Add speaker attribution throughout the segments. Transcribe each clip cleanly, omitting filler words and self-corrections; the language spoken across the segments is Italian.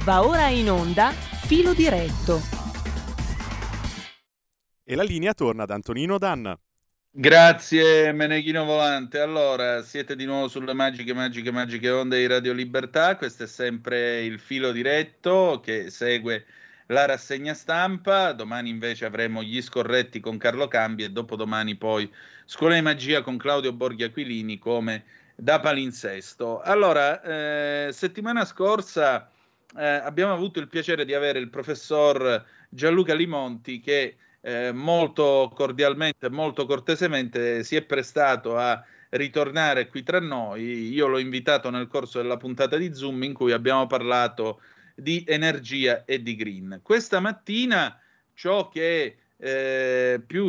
Speaker 1: Va ora in onda Filo Diretto.
Speaker 2: E la linea torna ad Antonino Danna.
Speaker 3: Grazie Meneghino Volante. Allora, siete di nuovo sulle magiche onde di Radio Libertà. Questo è sempre il Filo Diretto che segue la rassegna stampa. Domani invece avremo gli scorretti con Carlo Cambi e dopodomani poi Scuola di Magia con Claudio Borghi Aquilini come da palinsesto. Allora, settimana scorsa abbiamo avuto il piacere di avere il professor Gianluca Limonti che molto cordialmente, molto cortesemente si è prestato a ritornare qui tra noi. Io l'ho invitato nel corso della puntata di Zoom in cui abbiamo parlato di energia e di green. Questa mattina ciò che più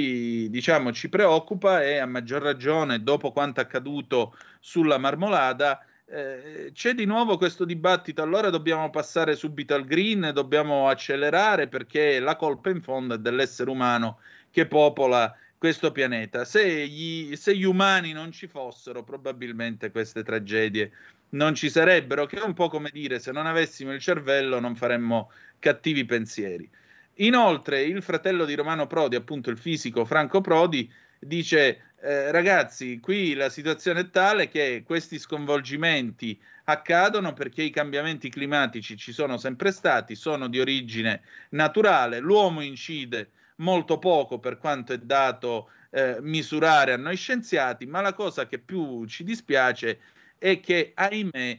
Speaker 3: ci preoccupa è, a maggior ragione dopo quanto accaduto sulla Marmolada, c'è di nuovo questo dibattito. Allora dobbiamo passare subito al green, dobbiamo accelerare perché la colpa in fondo è dell'essere umano che popola questo pianeta. Se gli umani non ci fossero, probabilmente queste tragedie non ci sarebbero, che è un po' come dire: se non avessimo il cervello non faremmo cattivi pensieri. Inoltre il fratello di Romano Prodi, appunto il fisico Franco Prodi, dice: ragazzi, qui la situazione è tale che questi sconvolgimenti accadono perché i cambiamenti climatici ci sono sempre stati, sono di origine naturale, l'uomo incide molto poco per quanto è dato misurare a noi scienziati, ma la cosa che più ci dispiace è che, ahimè,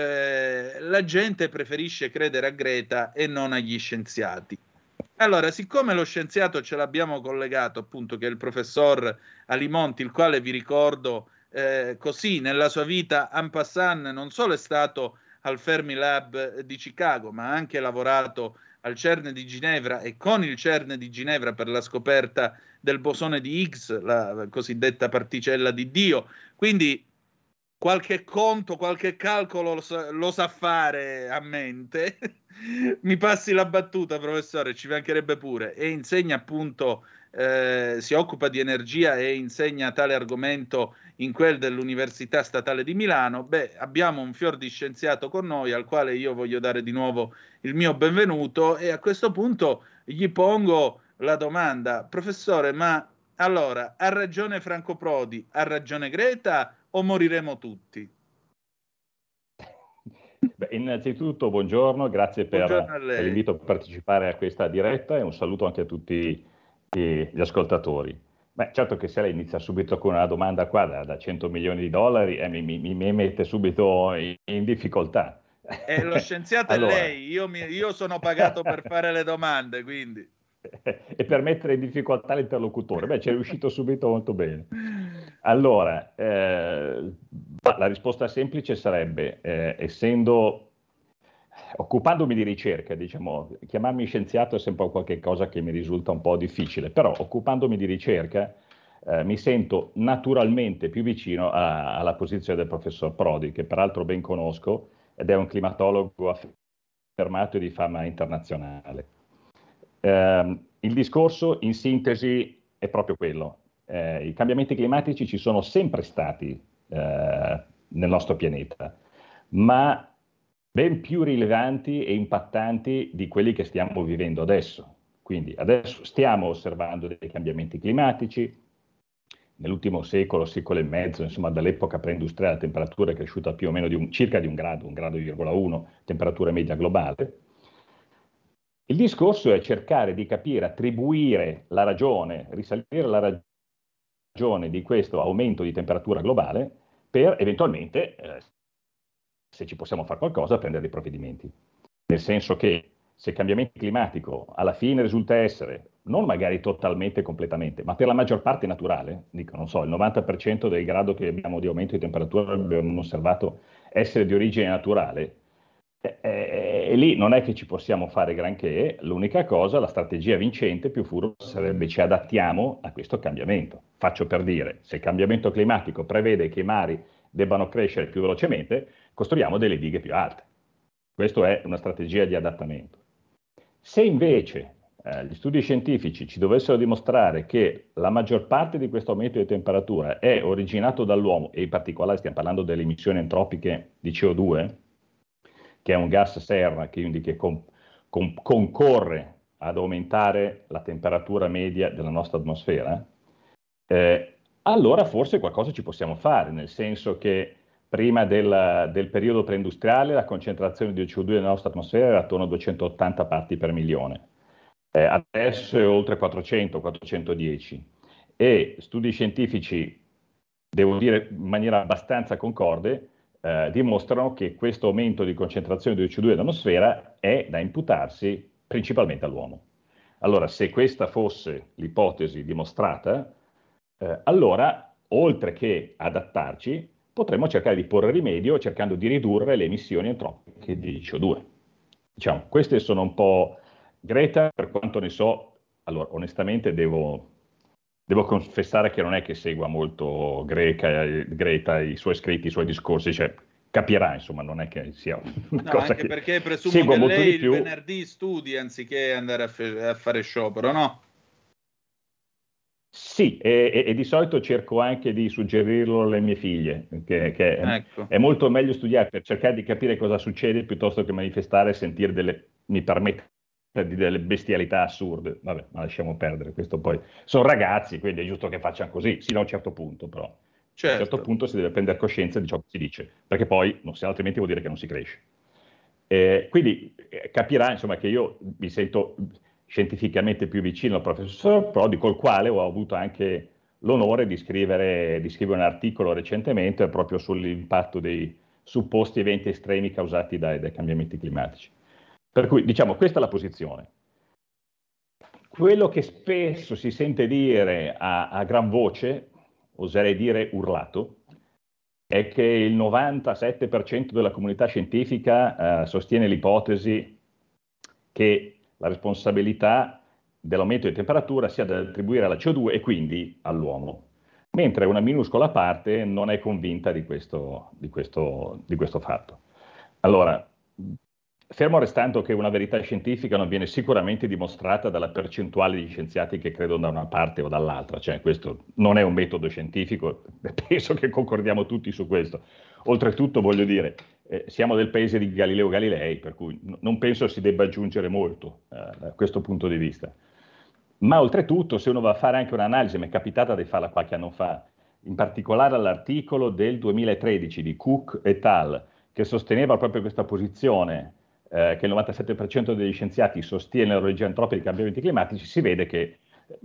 Speaker 3: la gente preferisce credere a Greta e non agli scienziati. Allora, siccome lo scienziato ce l'abbiamo collegato, appunto, che è il professor Alimonti, il quale vi ricordo così nella sua vita en passant non solo è stato al Fermilab di Chicago, ma ha anche lavorato al CERN di Ginevra e con il CERN di Ginevra per la scoperta del bosone di Higgs, la cosiddetta particella di Dio. Quindi qualche conto, qualche calcolo lo sa fare a mente. Mi passi la battuta, professore, ci mancherebbe pure. E insegna appunto, si occupa di energia e insegna tale argomento in quel dell'Università Statale di Milano. Beh, abbiamo un fior di scienziato con noi al quale io voglio dare di nuovo il mio benvenuto e a questo punto gli pongo la domanda: professore, ma allora, ha ragione Franco Prodi, ha ragione Greta o moriremo tutti?
Speaker 4: Beh, innanzitutto buongiorno, grazie
Speaker 3: Buongiorno a
Speaker 4: per
Speaker 3: lei.
Speaker 4: l'invito a partecipare a questa diretta e un saluto anche a tutti gli ascoltatori. Beh, certo che se lei inizia subito con una domanda qua da 100 milioni di dollari mi mette subito in difficoltà.
Speaker 3: Lo scienziato
Speaker 4: Allora,
Speaker 3: è lei, io sono pagato per fare le domande, quindi.
Speaker 4: e per mettere in difficoltà l'interlocutore. Beh, ci è riuscito subito molto bene. Allora, la risposta semplice sarebbe, occupandomi di ricerca, diciamo, chiamarmi scienziato è sempre qualche cosa che mi risulta un po' difficile, però occupandomi di ricerca mi sento naturalmente più vicino alla posizione del professor Prodi, che peraltro ben conosco ed è un climatologo affermato e di fama internazionale. Il discorso, in sintesi, è proprio quello. I cambiamenti climatici ci sono sempre stati nel nostro pianeta, ma ben più rilevanti e impattanti di quelli che stiamo vivendo adesso. Quindi adesso stiamo osservando dei cambiamenti climatici. Nell'ultimo secolo, secolo e mezzo, insomma dall'epoca preindustriale, la temperatura è cresciuta più o meno circa di un grado, 1,1 grado, temperatura media globale. Il discorso è cercare di capire, attribuire la ragione, risalire la ragione di questo aumento di temperatura globale per eventualmente, se ci possiamo fare qualcosa, prendere dei provvedimenti. Nel senso che se il cambiamento climatico alla fine risulta essere, non magari totalmente, completamente, ma per la maggior parte naturale, dico, non so, il 90% del grado che abbiamo di aumento di temperatura abbiamo osservato essere di origine naturale, e lì non è che ci possiamo fare granché, l'unica cosa, la strategia vincente più furba sarebbe ci adattiamo a questo cambiamento. Faccio per dire, se il cambiamento climatico prevede che i mari debbano crescere più velocemente, costruiamo delle dighe più alte. Questa è una strategia di adattamento. Se invece gli studi scientifici ci dovessero dimostrare che la maggior parte di questo aumento di temperatura è originato dall'uomo, e in particolare stiamo parlando delle emissioni antropiche di CO2, che è un gas serra, quindi che concorre ad aumentare la temperatura media della nostra atmosfera, allora forse qualcosa ci possiamo fare, nel senso che prima del periodo preindustriale la concentrazione di CO2 nella nostra atmosfera era attorno a 280 parti per milione. Adesso è oltre 400, 410 e studi scientifici, devo dire in maniera abbastanza concorde, dimostrano che questo aumento di concentrazione di CO2 nell'atmosfera è da imputarsi principalmente all'uomo. Allora, se questa fosse l'ipotesi dimostrata, allora, oltre che adattarci, potremmo cercare di porre rimedio cercando di ridurre le emissioni antropiche di CO2. Diciamo, queste sono un po'... Greta, per quanto ne so, allora onestamente devo confessare che non è che segua molto Greta, i suoi scritti, i suoi discorsi, cioè capirà, insomma, non è che sia una cosa
Speaker 3: anche
Speaker 4: che
Speaker 3: perché presumo
Speaker 4: segua
Speaker 3: che
Speaker 4: molto
Speaker 3: lei
Speaker 4: di più.
Speaker 3: il venerdì studi anziché andare a fare sciopero, no?
Speaker 4: Sì, e di solito cerco anche di suggerirlo alle mie figlie, che
Speaker 3: Ecco.
Speaker 4: è molto meglio studiare per cercare di capire cosa succede piuttosto che manifestare e sentire mi permette di delle bestialità assurde. Vabbè, ma lasciamo perdere, questo poi sono ragazzi, quindi è giusto che facciano così, sino a un certo punto, però. A un certo
Speaker 3: Certo.
Speaker 4: punto si deve prendere coscienza di ciò che si dice, perché poi, altrimenti vuol dire che non si cresce. Quindi capirà, insomma, che io mi sento scientificamente più vicino al professor Prodi, col quale ho avuto anche l'onore di scrivere un articolo recentemente proprio sull'impatto dei supposti eventi estremi causati dai cambiamenti climatici. Per cui, diciamo, questa è la posizione. Quello che spesso si sente dire a gran voce, oserei dire urlato, è che il 97% della comunità scientifica sostiene l'ipotesi che la responsabilità dell'aumento di temperatura sia da attribuire alla CO2 e quindi all'uomo, mentre una minuscola parte non è convinta di questo fatto. Allora, fermo restando che una verità scientifica non viene sicuramente dimostrata dalla percentuale di scienziati che credono da una parte o dall'altra, cioè questo non è un metodo scientifico, penso che concordiamo tutti su questo. Oltretutto, voglio dire, siamo del paese di Galileo Galilei, per cui non penso si debba aggiungere molto da questo punto di vista. Ma oltretutto, se uno va a fare anche un'analisi, mi è capitata di farla qualche anno fa, in particolare all'articolo del 2013 di Cook et al., che sosteneva proprio questa posizione, che il 97% degli scienziati sostiene l'origine antropica dei cambiamenti climatici, si vede che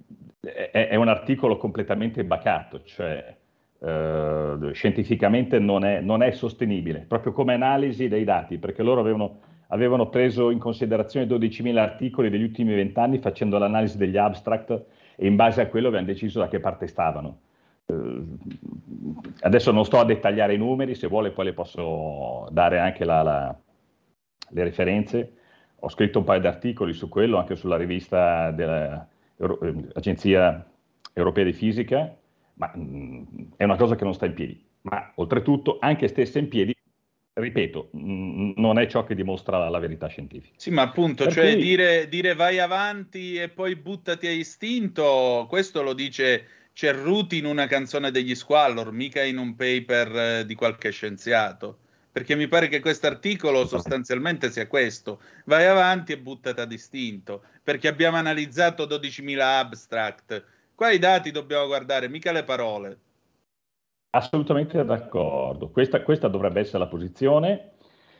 Speaker 4: è un articolo completamente bacato, cioè scientificamente non è sostenibile, proprio come analisi dei dati, perché loro avevano preso in considerazione 12.000 articoli degli ultimi 20 anni facendo l'analisi degli abstract e in base a quello avevano deciso da che parte stavano. Adesso non sto a dettagliare i numeri, se vuole poi le posso dare anche le referenze. Ho scritto un paio di articoli su quello, anche sulla rivista dell'Agenzia Europea di Fisica, ma è una cosa che non sta in piedi. Ma oltretutto, anche stessa in piedi, ripeto, non è ciò che dimostra la verità scientifica.
Speaker 3: Sì, ma appunto,
Speaker 4: Per
Speaker 3: cioè
Speaker 4: cui,
Speaker 3: dire vai avanti e poi buttati a istinto, questo lo dice Cerruti in una canzone degli Squallor, mica in un paper di qualche scienziato. Perché mi pare che questo articolo sostanzialmente sia questo, vai avanti e buttati ad istinto, perché abbiamo analizzato 12.000 abstract. Qua i dati dobbiamo guardare, mica le parole.
Speaker 4: assolutamente d'accordo. Questa dovrebbe essere la posizione.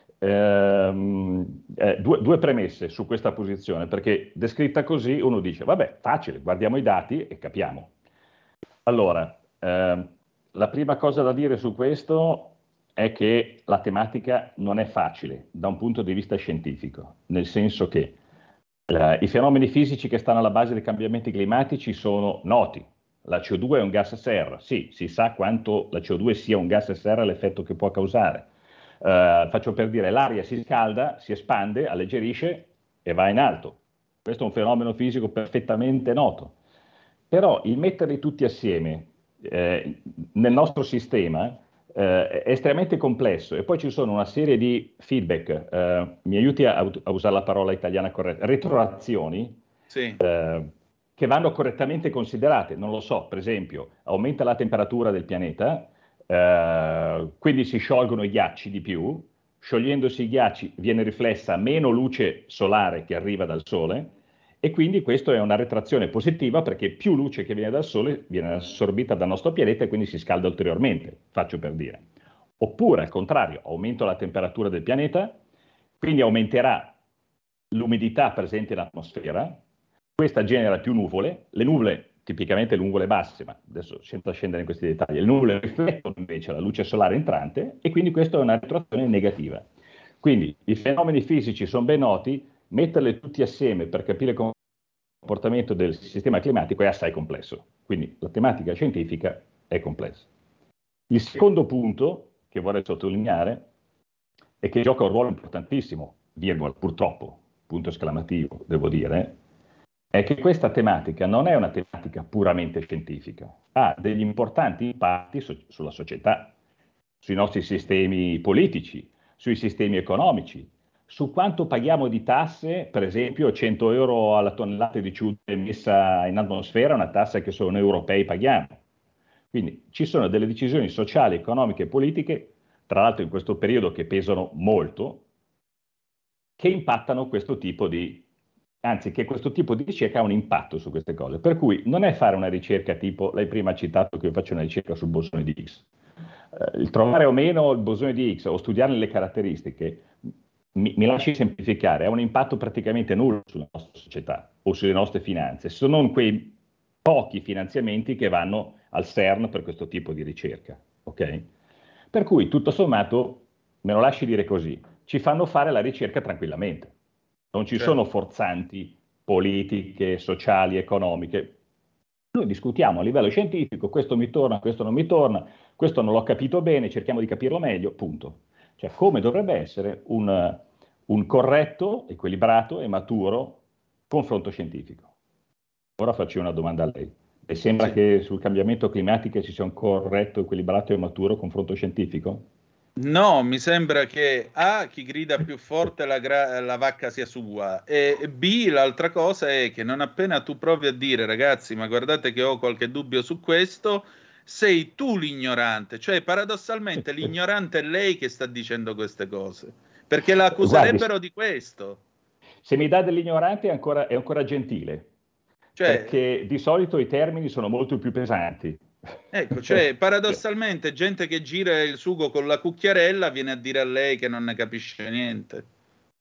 Speaker 4: Due premesse su questa posizione, perché descritta così uno dice, vabbè, facile, guardiamo i dati e capiamo. Allora, la prima cosa da dire su questo è che la tematica non è facile da un punto di vista scientifico, nel senso che i fenomeni fisici che stanno alla base dei cambiamenti climatici sono noti. La CO2 è un gas serra, sì, si sa quanto la CO2 sia un gas serra e l'effetto che può causare. Faccio per dire, l'aria si scalda, si espande, alleggerisce e va in alto. Questo è un fenomeno fisico perfettamente noto. Però il metterli tutti assieme nel nostro sistema è estremamente complesso e poi ci sono una serie di feedback, mi aiuti a usare la parola italiana corretta, retroazioni
Speaker 3: Sì.
Speaker 4: che vanno correttamente considerate. Non lo so, per esempio, aumenta la temperatura del pianeta, quindi si sciolgono i ghiacci di più, sciogliendosi i ghiacci viene riflessa meno luce solare che arriva dal Sole, e quindi questo è una retrazione positiva perché più luce che viene dal Sole viene assorbita dal nostro pianeta e quindi si scalda ulteriormente, faccio per dire. Oppure al contrario, aumento la temperatura del pianeta, quindi aumenterà l'umidità presente in atmosfera, questa genera più nuvole, le nuvole, tipicamente le nuvole basse, ma adesso senza scendere in questi dettagli, le nuvole riflettono invece la luce solare entrante e quindi questa è una retroazione negativa. Quindi i fenomeni fisici sono ben noti, metterli tutti assieme per capire il comportamento del sistema climatico è assai complesso, quindi la tematica scientifica è complessa. Il secondo punto che vorrei sottolineare è che gioca un ruolo importantissimo, virgola, purtroppo, punto esclamativo, devo dire, è che questa tematica non è una tematica puramente scientifica, ha degli importanti impatti sulla società, sui nostri sistemi politici, sui sistemi economici, su quanto paghiamo di tasse, per esempio 100 euro alla tonnellata di CO2 emessa in atmosfera, una tassa che solo noi europei paghiamo. Quindi ci sono delle decisioni sociali, economiche e politiche, tra l'altro in questo periodo che pesano molto, che impattano questo tipo di, anzi che questo tipo di ricerca ha un impatto su queste cose. Per cui non è fare una ricerca tipo, lei prima ha citato che io faccio una ricerca sul bosone di Higgs. Il trovare o meno il bosone di Higgs o studiarne le caratteristiche, mi lasci semplificare, ha un impatto praticamente nullo sulla nostra società o sulle nostre finanze, se non quei pochi finanziamenti che vanno al CERN per questo tipo di ricerca. Ok? Per cui, tutto sommato, me lo lasci dire così, ci fanno fare la ricerca tranquillamente. Non ci sono forzanti politiche, sociali, economiche. Noi discutiamo a livello scientifico, questo mi torna, questo non mi torna, questo non l'ho capito bene, cerchiamo di capirlo meglio, punto. Cioè, come dovrebbe essere un corretto, equilibrato e maturo confronto scientifico. Ora faccio una domanda a lei. Le sembra che sul cambiamento climatico ci sia un corretto, equilibrato e maturo confronto scientifico?
Speaker 3: No, mi sembra che A, chi grida più forte la vacca sia sua, e B, l'altra cosa è che non appena tu provi a dire ragazzi, ma guardate che ho qualche dubbio su questo, sei tu l'ignorante, cioè paradossalmente l'ignorante è lei che sta dicendo queste cose, perché la accuserebbero di questo.
Speaker 4: Se mi dà dell'ignorante è ancora gentile,
Speaker 3: Cioè,
Speaker 4: perché di solito i termini sono molto più pesanti.
Speaker 3: ecco, cioè paradossalmente gente che gira il sugo con la cucchiarella viene a dire a lei che non ne capisce niente.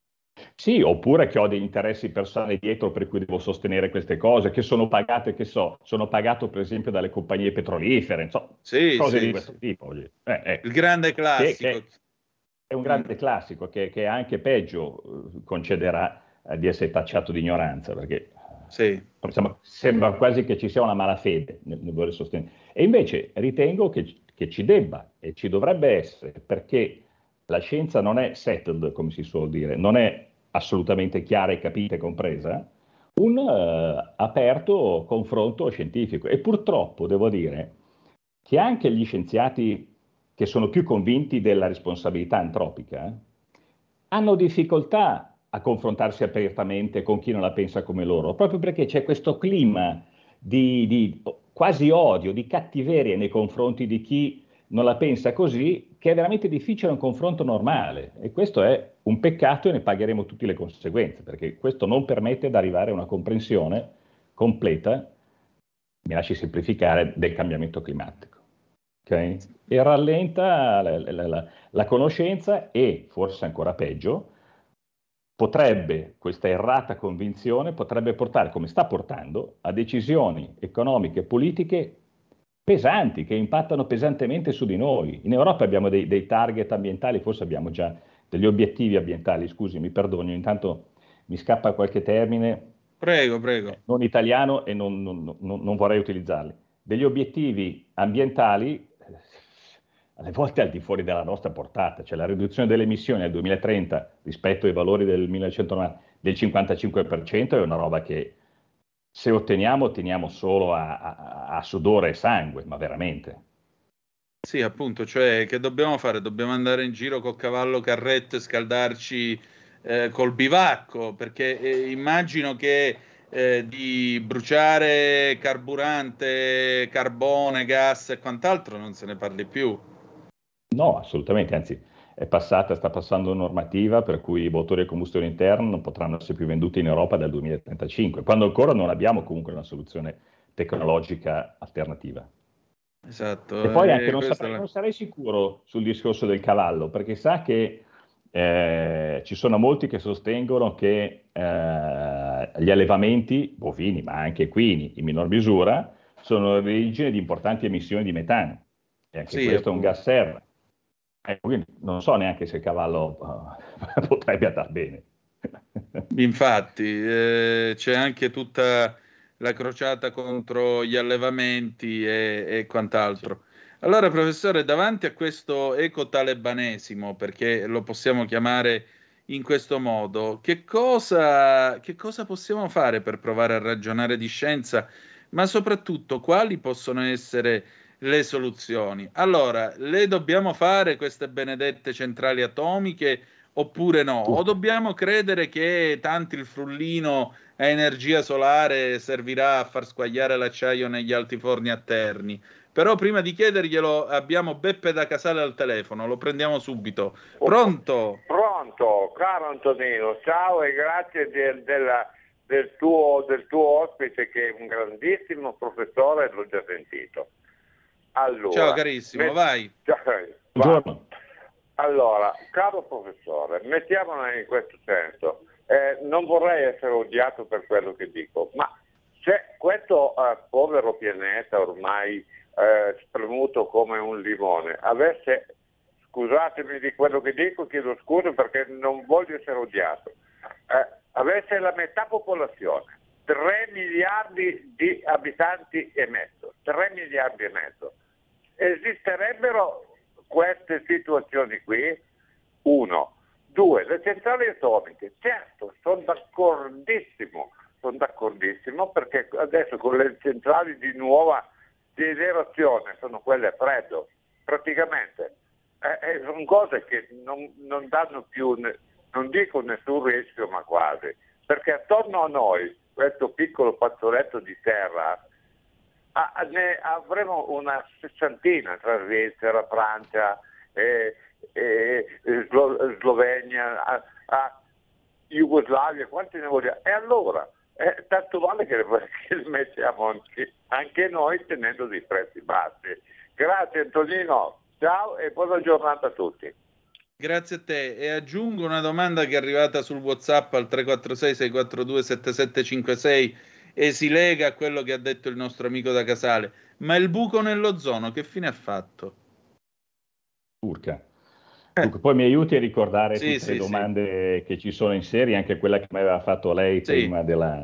Speaker 4: Sì, oppure che ho degli interessi personali dietro per cui devo sostenere queste cose, che sono pagate, che so, sono pagato per esempio dalle compagnie petrolifere, insomma, cose di questo tipo.
Speaker 3: Il grande classico.
Speaker 4: Che è un grande classico, che è anche peggio, concederà di essere tacciato di ignoranza, perché sembra quasi che ci sia una malafede nel voler sostenere. E invece ritengo che ci debba e ci dovrebbe essere, perché la scienza non è settled, come si suol dire, non è assolutamente chiara e capita e compresa, un aperto confronto scientifico. E purtroppo devo dire che anche gli scienziati che sono più convinti della responsabilità antropica hanno difficoltà a confrontarsi apertamente con chi non la pensa come loro, proprio perché c'è questo clima di quasi odio, di cattiveria nei confronti di chi non la pensa così, che è veramente difficile un confronto normale, e questo è un peccato e ne pagheremo tutte le conseguenze, perché questo non permette di arrivare a una comprensione completa, mi lasci semplificare, del cambiamento climatico. Okay? E rallenta la conoscenza e, forse ancora peggio, questa errata convinzione potrebbe portare, come sta portando, a decisioni economiche e politiche pesanti, che impattano pesantemente su di noi. In Europa abbiamo dei target ambientali, forse abbiamo già degli obiettivi ambientali, scusi, mi perdoni, intanto mi scappa qualche termine.
Speaker 3: Prego.
Speaker 4: Non italiano e non vorrei utilizzarli. Degli obiettivi ambientali alle volte al di fuori della nostra portata, cioè la riduzione delle emissioni al 2030 rispetto ai valori del 1990 del 55% è una roba che se otteniamo solo a sudore e sangue, ma veramente.
Speaker 3: Sì, appunto, cioè che dobbiamo fare? Dobbiamo andare in giro col cavallo carretto e scaldarci col bivacco, perché immagino che di bruciare carburante, carbone, gas e quant'altro non se ne parli più.
Speaker 4: No, assolutamente, anzi, sta passando una normativa per cui i motori a combustione interna non potranno essere più venduti in Europa dal 2035, quando ancora non abbiamo comunque una soluzione tecnologica alternativa.
Speaker 3: Esatto.
Speaker 4: E poi anche non sarei sicuro sul discorso del cavallo, perché sa che ci sono molti che sostengono che gli allevamenti bovini, ma anche equini in minor misura, sono l'origine di importanti emissioni di metano. E anche questo è un gas serra. Quindi non so neanche se il cavallo potrebbe andare bene.
Speaker 3: Infatti, c'è anche tutta la crociata contro gli allevamenti e quant'altro. Allora, professore, davanti a questo ecotalebanesimo, perché lo possiamo chiamare in questo modo, che cosa possiamo fare per provare a ragionare di scienza, ma soprattutto quali possono essere le soluzioni? Allora, le dobbiamo fare queste benedette centrali atomiche oppure no? O dobbiamo credere che tanto il frullino a energia solare servirà a far squagliare l'acciaio negli altiforni a Terni? Però prima di chiederglielo abbiamo Beppe da Casale al telefono, lo prendiamo subito. Pronto?
Speaker 5: Pronto, caro Antonino, ciao e grazie del tuo ospite che è un grandissimo professore, l'ho già sentito. Allora,
Speaker 3: ciao carissimo, vai.
Speaker 4: Buongiorno.
Speaker 5: Allora, caro professore, mettiamola in questo senso, non vorrei essere odiato per quello che dico, ma se questo povero pianeta ormai spremuto come un limone avesse, scusatemi di quello che dico, chiedo scusa perché non voglio essere odiato, avesse la metà popolazione, 3 miliardi di abitanti e mezzo, 3 miliardi e mezzo, esisterebbero queste situazioni qui? 1. 2. Le centrali atomiche, certo, sono d'accordissimo perché adesso con le centrali di nuova generazione sono quelle a freddo, praticamente sono cose che non danno più, non dico nessun rischio, ma quasi, perché attorno a noi, questo piccolo fazzoletto di terra, ne avremo una sessantina tra Svizzera, Francia, Slovenia, Jugoslavia, quanti ne vogliamo? E allora, tanto vale che li mettiamo anche noi tenendo dei prezzi bassi. Grazie Antonino, ciao e buona giornata a tutti.
Speaker 3: Grazie a te e aggiungo una domanda che è arrivata sul WhatsApp al 346-642-7756 e si lega a quello che ha detto il nostro amico da Casale. Ma il buco nell'ozono che fine ha fatto?
Speaker 4: Turca. Dunque, poi mi aiuti a ricordare
Speaker 3: Sì,
Speaker 4: tutte le domande che ci sono in serie, anche quella che mi aveva fatto lei prima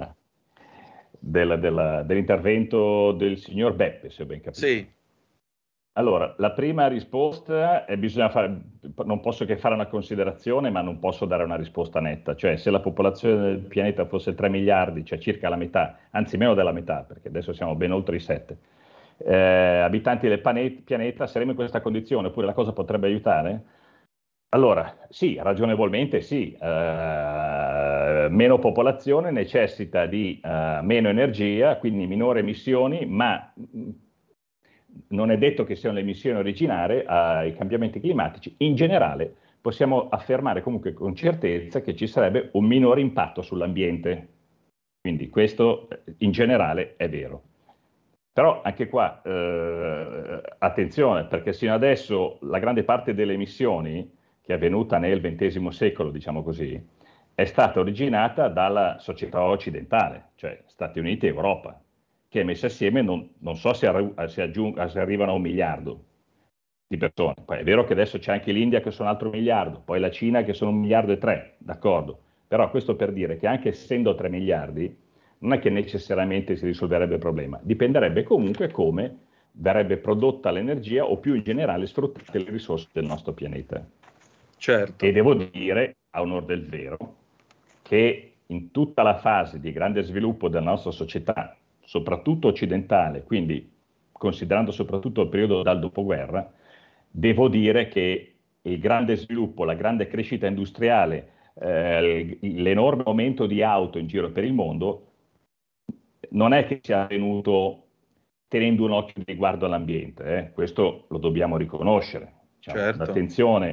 Speaker 4: dell'intervento del signor Beppe, se ho ben capito.
Speaker 3: Sì.
Speaker 4: Allora, la prima risposta è non posso che fare una considerazione, ma non posso dare una risposta netta. Cioè, se la popolazione del pianeta fosse 3 miliardi, cioè circa la metà, anzi meno della metà, perché adesso siamo ben oltre i 7, abitanti del pianeta, saremo in questa condizione, oppure la cosa potrebbe aiutare? Allora, sì, ragionevolmente sì. Meno popolazione necessita di meno energia, quindi minore emissioni, ma non è detto che siano le emissioni originarie ai cambiamenti climatici. In generale possiamo affermare comunque con certezza che ci sarebbe un minore impatto sull'ambiente. Quindi questo in generale è vero. Però anche qua attenzione, perché sino adesso la grande parte delle emissioni che è avvenuta nel XX secolo, diciamo così, è stata originata dalla società occidentale, cioè Stati Uniti e Europa, che messe assieme non so se arrivano a 1 miliardo di persone. Poi è vero che adesso c'è anche l'India che sono altro miliardo, poi la Cina che sono 1,3 miliardi, d'accordo. Però questo per dire che anche essendo 3 miliardi, non è che necessariamente si risolverebbe il problema. Dipenderebbe comunque come verrebbe prodotta l'energia o più in generale sfruttate le risorse del nostro pianeta.
Speaker 3: Certo.
Speaker 4: E devo dire, a onor del vero, che in tutta la fase di grande sviluppo della nostra società, soprattutto occidentale, quindi considerando soprattutto il periodo dal dopoguerra, devo dire che il grande sviluppo, la grande crescita industriale, l'enorme aumento di auto in giro per il mondo, non è che sia avvenuto tenendo un occhio di riguardo all'ambiente, questo lo dobbiamo riconoscere. Diciamo,
Speaker 3: certo.
Speaker 4: l'attenzione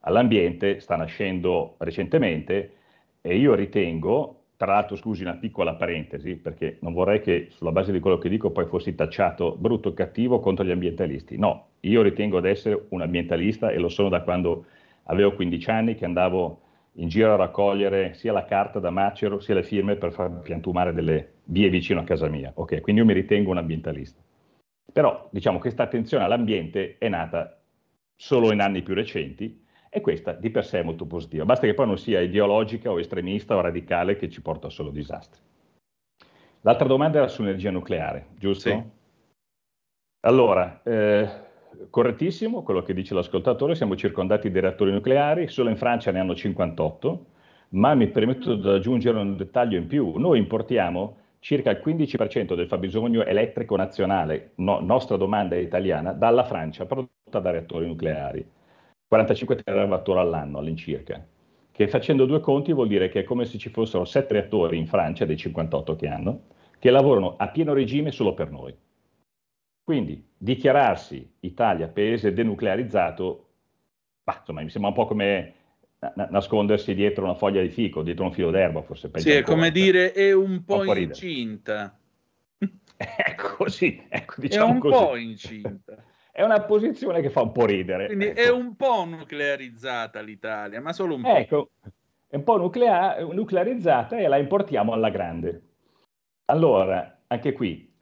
Speaker 4: all'ambiente sta nascendo recentemente e io ritengo, tra l'altro scusi una piccola parentesi, perché non vorrei che sulla base di quello che dico poi fossi tacciato brutto e cattivo contro gli ambientalisti. No, io ritengo di essere un ambientalista e lo sono da quando avevo 15 anni che andavo in giro a raccogliere sia la carta da macero sia le firme per far piantumare delle vie vicino a casa mia. Ok, quindi io mi ritengo un ambientalista. Però diciamo questa attenzione all'ambiente è nata solo in anni più recenti e questa di per sé è molto positiva. Basta che poi non sia ideologica o estremista o radicale che ci porta solo disastri. L'altra domanda era sull'energia nucleare, giusto?
Speaker 3: Sì.
Speaker 4: Allora, correttissimo quello che dice l'ascoltatore, siamo circondati di reattori nucleari, solo in Francia ne hanno 58, ma mi permetto di aggiungere un dettaglio in più. Noi importiamo circa il 15% del fabbisogno elettrico nazionale, nostra domanda italiana, dalla Francia, prodotta da reattori nucleari. 45 terawattora all'anno all'incirca, che facendo due conti vuol dire che è come se ci fossero 7 reattori in Francia, dei 58 che hanno, che lavorano a pieno regime solo per noi. Quindi dichiararsi Italia paese denuclearizzato, insomma, mi sembra un po' come nascondersi dietro una foglia di fico, dietro un filo d'erba, forse peggio
Speaker 3: Sì, è
Speaker 4: ancora,
Speaker 3: come dire è un po'
Speaker 4: ridere.
Speaker 3: incinta.
Speaker 4: Ecco, sì, ecco,
Speaker 3: È
Speaker 4: diciamo
Speaker 3: un
Speaker 4: così.
Speaker 3: po' incinta.
Speaker 4: È una posizione che fa un po' ridere.
Speaker 3: Quindi
Speaker 4: ecco.
Speaker 3: è un po' nuclearizzata l'Italia, ma solo un po'.
Speaker 4: Ecco, è un po' nuclearizzata e la importiamo alla grande. Allora, anche qui,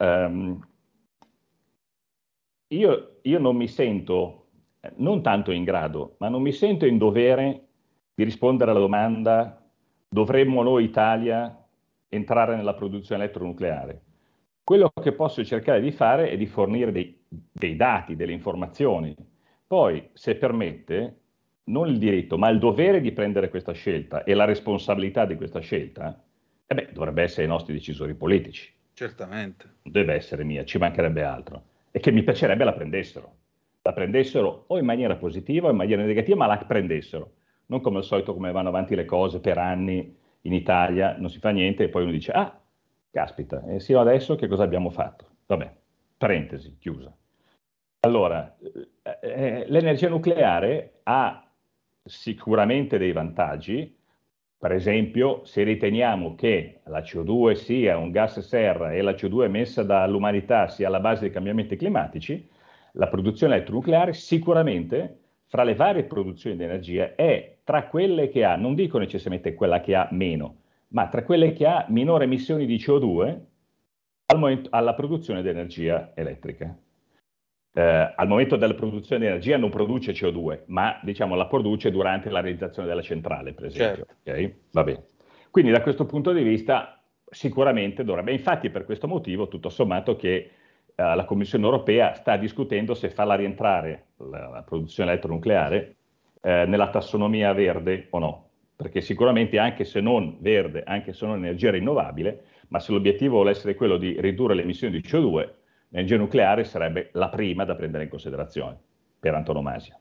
Speaker 4: io non mi sento, non tanto in grado, ma non mi sento in dovere di rispondere alla domanda: dovremmo noi Italia entrare nella produzione elettronucleare? Quello che posso cercare di fare è di fornire dei dati, delle informazioni. Poi, se permette, non il diritto, ma il dovere di prendere questa scelta e la responsabilità di questa scelta, dovrebbe essere ai nostri decisori politici.
Speaker 3: Certamente.
Speaker 4: Non deve essere mia, ci mancherebbe altro. E che mi piacerebbe la prendessero. La prendessero o in maniera positiva o in maniera negativa, ma la prendessero. Non come al solito come vanno avanti le cose per anni in Italia, non si fa niente e poi uno dice, caspita, e sino adesso che cosa abbiamo fatto? Vabbè, parentesi, chiusa. Allora, l'energia nucleare ha sicuramente dei vantaggi. Per esempio, se riteniamo che la CO2 sia un gas serra e la CO2 emessa dall'umanità sia alla base dei cambiamenti climatici, la produzione elettronucleare sicuramente, fra le varie produzioni di energia, è tra quelle che ha, non dico necessariamente quella che ha meno, ma tra quelle che ha minore emissioni di CO2 alla produzione di energia elettrica. Al momento della produzione di energia non produce CO2, ma diciamo la produce durante la realizzazione della centrale, per esempio.
Speaker 3: Certo.
Speaker 4: Okay? Va bene. Quindi da questo punto di vista sicuramente dovrebbe, infatti è per questo motivo tutto sommato che la Commissione europea sta discutendo se farla rientrare la produzione elettronucleare nella tassonomia verde o no, perché sicuramente anche se non verde, anche se non energia rinnovabile, ma se l'obiettivo vuole essere quello di ridurre le emissioni di CO2, l'energia nucleare sarebbe la prima da prendere in considerazione, per antonomasia.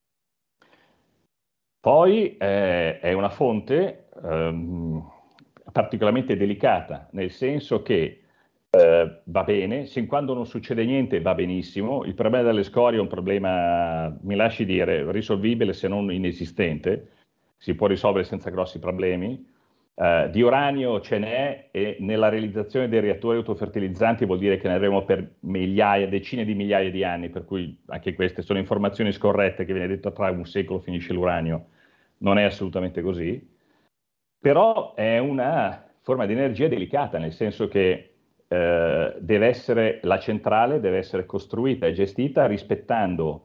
Speaker 4: Poi è una fonte particolarmente delicata, nel senso che va bene, sin quando non succede niente va benissimo, il problema delle scorie è un problema, mi lasci dire, risolvibile se non inesistente, si può risolvere senza grossi problemi. Di uranio ce n'è e nella realizzazione dei reattori autofertilizzanti vuol dire che ne avremo per migliaia, decine di migliaia di anni, per cui anche queste sono informazioni scorrette che viene detto tra un secolo finisce l'uranio, non è assolutamente così, però è una forma di energia delicata, nel senso che deve essere, la centrale deve essere costruita e gestita rispettando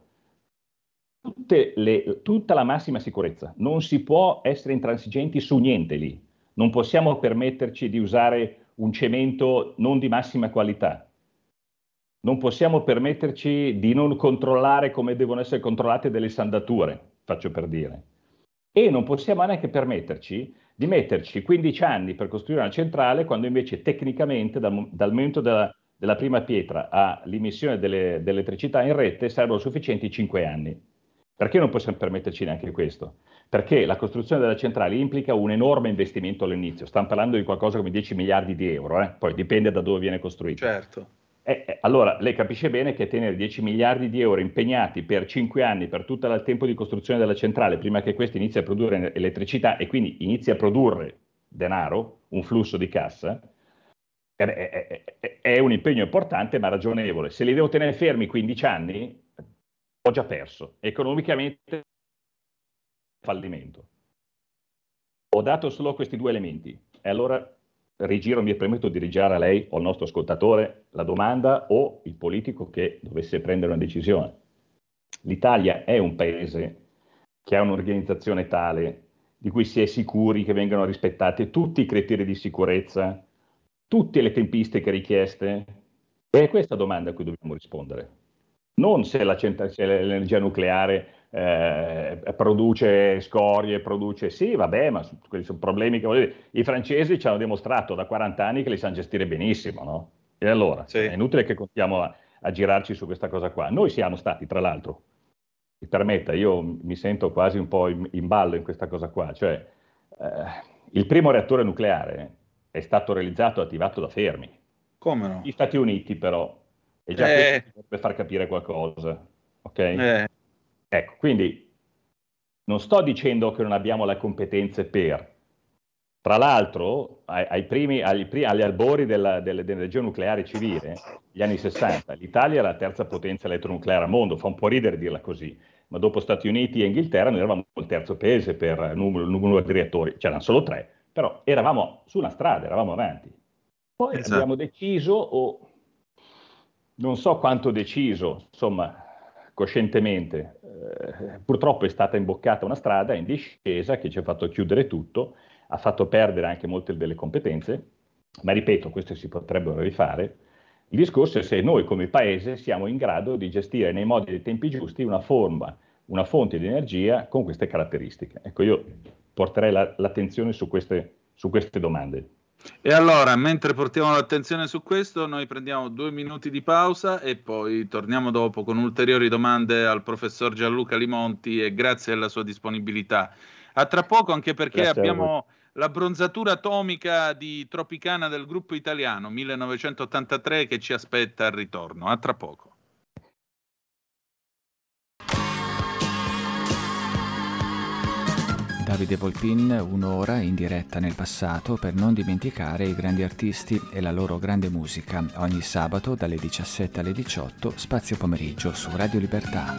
Speaker 4: tutta la massima sicurezza, non si può essere intransigenti su niente lì. Non possiamo permetterci di usare un cemento non di massima qualità. Non possiamo permetterci di non controllare come devono essere controllate delle sandature, faccio per dire. E non possiamo neanche permetterci di metterci 15 anni per costruire una centrale, quando invece tecnicamente dal momento della prima pietra all'emissione dell'elettricità in rete sarebbero sufficienti 5 anni. Perché non possiamo permetterci neanche questo? Perché la costruzione della centrale implica un enorme investimento all'inizio, stiamo parlando di qualcosa come 10 miliardi di euro, poi dipende da dove viene costruito.
Speaker 3: Certo.
Speaker 4: Allora, lei capisce bene che tenere 10 miliardi di euro impegnati per 5 anni, per tutto il tempo di costruzione della centrale, prima che questa inizi a produrre elettricità e quindi inizi a produrre denaro, un flusso di cassa, è un impegno importante ma ragionevole. Se li devo tenere fermi 15 anni, ho già perso. Economicamente, fallimento. Ho dato solo questi due elementi e allora mi permetto di rigirare a lei o al nostro ascoltatore la domanda o il politico che dovesse prendere una decisione. L'Italia è un paese che ha un'organizzazione tale di cui si è sicuri che vengano rispettati tutti i criteri di sicurezza, tutte le tempistiche richieste? È questa domanda a cui dobbiamo rispondere. Non se l'energia nucleare produce scorie, produce... Sì, vabbè, ma quelli sono problemi che... I francesi ci hanno dimostrato da 40 anni che li sanno gestire benissimo, no? E allora, sì, è inutile che continuiamo a girarci su questa cosa qua. Noi siamo stati, tra l'altro, mi permetta, io mi sento quasi un po' in ballo in questa cosa qua, cioè il primo reattore nucleare è stato realizzato e attivato da Fermi.
Speaker 3: Come no?
Speaker 4: Gli Stati Uniti però, e già questo per far capire qualcosa, ok? Ecco, quindi non sto dicendo che non abbiamo le competenze per. Tra l'altro, agli albori dell'energia nucleare civile, gli anni 60, l'Italia era la terza potenza elettronucleare al mondo, fa un po' ridere dirla così, ma dopo Stati Uniti e Inghilterra noi eravamo il terzo paese per numero di reattori, c'erano solo 3, però eravamo su una strada, eravamo avanti. Poi abbiamo deciso, o non so quanto deciso, insomma, coscientemente, purtroppo è stata imboccata una strada in discesa che ci ha fatto chiudere tutto, ha fatto perdere anche molte delle competenze, ma ripeto, queste si potrebbero rifare. Il discorso è se noi come paese siamo in grado di gestire nei modi e nei tempi giusti una fonte di energia con queste caratteristiche. Ecco, io porterei l'attenzione su queste domande.
Speaker 3: E allora, mentre portiamo l'attenzione su questo, noi prendiamo 2 minuti di pausa e poi torniamo dopo con ulteriori domande al professor Gianluca Limonti e grazie alla sua disponibilità. A tra poco, anche perché abbiamo la bronzatura atomica di Tropicana del gruppo italiano 1983 che ci aspetta al ritorno. A tra poco.
Speaker 6: Davide Volpin, un'ora in diretta nel passato per non dimenticare i grandi artisti e la loro grande musica. Ogni sabato dalle 17 alle 18, Spazio Pomeriggio su Radio Libertà.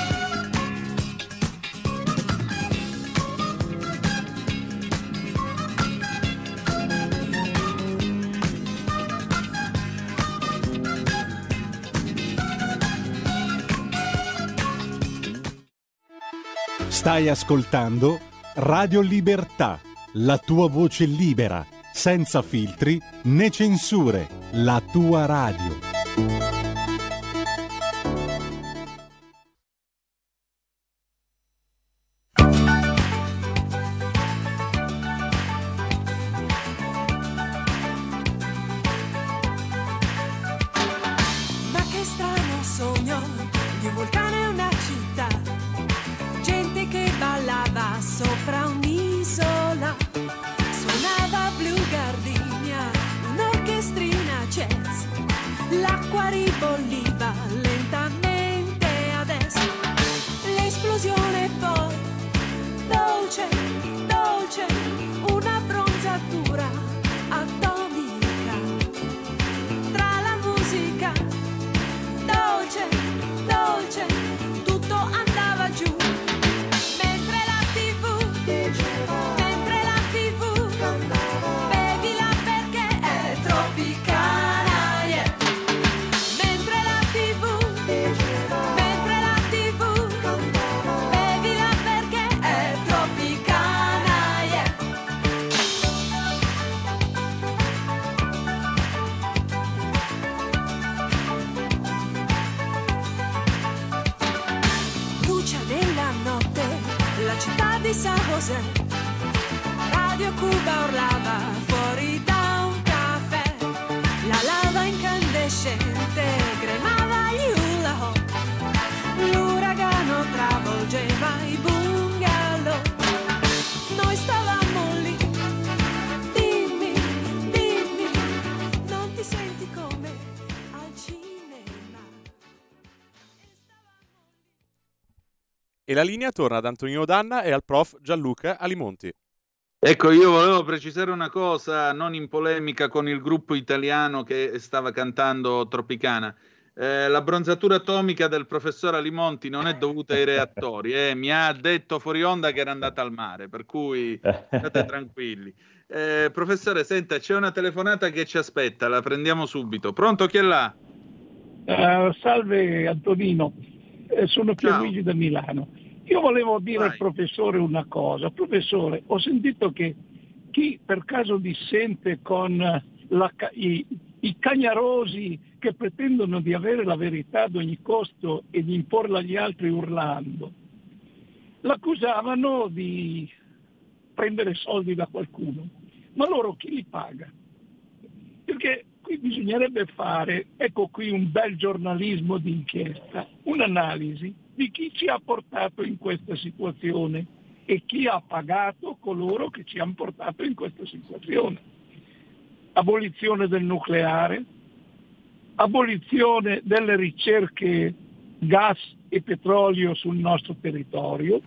Speaker 7: Stai ascoltando Radio Libertà, la tua voce libera, senza filtri né censure, la tua radio.
Speaker 8: Ma che strano sogno di un vulcano e una città, gente che ballava sopra un'isola, suonava Blue Gardenia, un'orchestrina jazz, l'acqua ribolliva lentamente adesso, l'esplosione poi, dolce, dolce, una bronzatura atomica, tra la musica, dolce, dolce, tutto andava giù. San José, Radio Cuba urlava fuori da un caffè, la lava incandescente cremava gli hula hoop, l'uragano travolgeva i bungalow, noi stavamo lì, dimmi, dimmi, non ti senti come al cinema?
Speaker 2: E la linea torna ad Antonino Danna e al prof Gianluca Alimonti.
Speaker 3: Ecco, io volevo precisare una cosa, non in polemica con il gruppo italiano che stava cantando Tropicana. La bronzatura atomica del professor Alimonti non è dovuta ai reattori, mi ha detto fuori onda che era andata al mare, per cui state tranquilli. Professore, senta, c'è una telefonata che ci aspetta, la prendiamo subito. Pronto, chi è là?
Speaker 9: Salve Antonino, sono Pierluigi da Milano. Io volevo dire al professore una cosa. Professore, ho sentito che chi per caso dissente con i cagnarosi che pretendono di avere la verità ad ogni costo e di imporla agli altri urlando, l'accusavano di prendere soldi da qualcuno. Ma loro chi li paga? Perché qui bisognerebbe fare, ecco qui un bel giornalismo d'inchiesta, un'analisi di chi ci ha portato in questa situazione e chi ha pagato coloro che ci hanno portato in questa situazione. Abolizione del nucleare, abolizione delle ricerche gas e petrolio sul nostro territorio,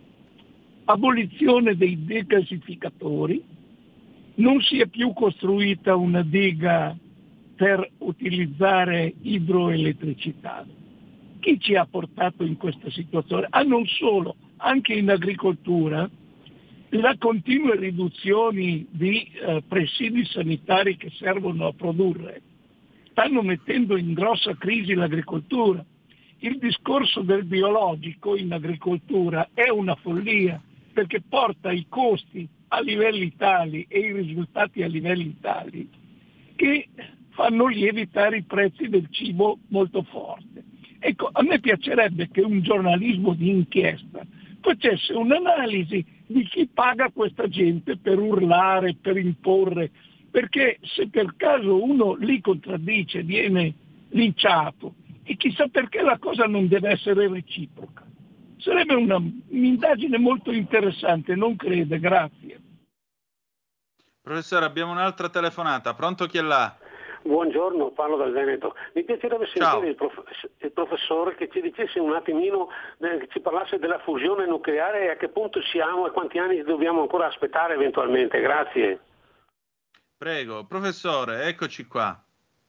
Speaker 9: abolizione dei degassificatori, non si è più costruita una diga per utilizzare idroelettricità. Chi ci ha portato in questa situazione? Non solo, anche in agricoltura, le continue riduzioni di presidi sanitari che servono a produrre stanno mettendo in grossa crisi l'agricoltura. Il discorso del biologico in agricoltura è una follia, perché porta i costi a livelli tali e i risultati a livelli tali che fanno lievitare i prezzi del cibo molto forte. Ecco, a me piacerebbe che un giornalismo di inchiesta facesse un'analisi di chi paga questa gente per urlare, per imporre, perché se per caso uno li contraddice viene linciato, e chissà perché la cosa non deve essere reciproca. Sarebbe un'indagine molto interessante, non crede? Grazie.
Speaker 3: Professore, abbiamo un'altra telefonata. Pronto, chi è là?
Speaker 10: Buongiorno, parlo dal Veneto. Mi piacerebbe sentire il professore che ci dicesse un attimino, che ci parlasse della fusione nucleare e a che punto siamo e quanti anni dobbiamo ancora aspettare eventualmente. Grazie.
Speaker 3: Prego, professore, eccoci qua.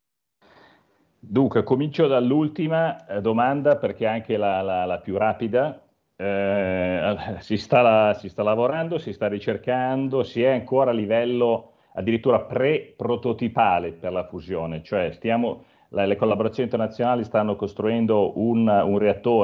Speaker 4: Dunque, comincio dall'ultima domanda perché è anche la più rapida. Si sta lavorando, si sta ricercando, si è ancora a livello addirittura pre-prototipale per la fusione, cioè le collaborazioni internazionali stanno costruendo un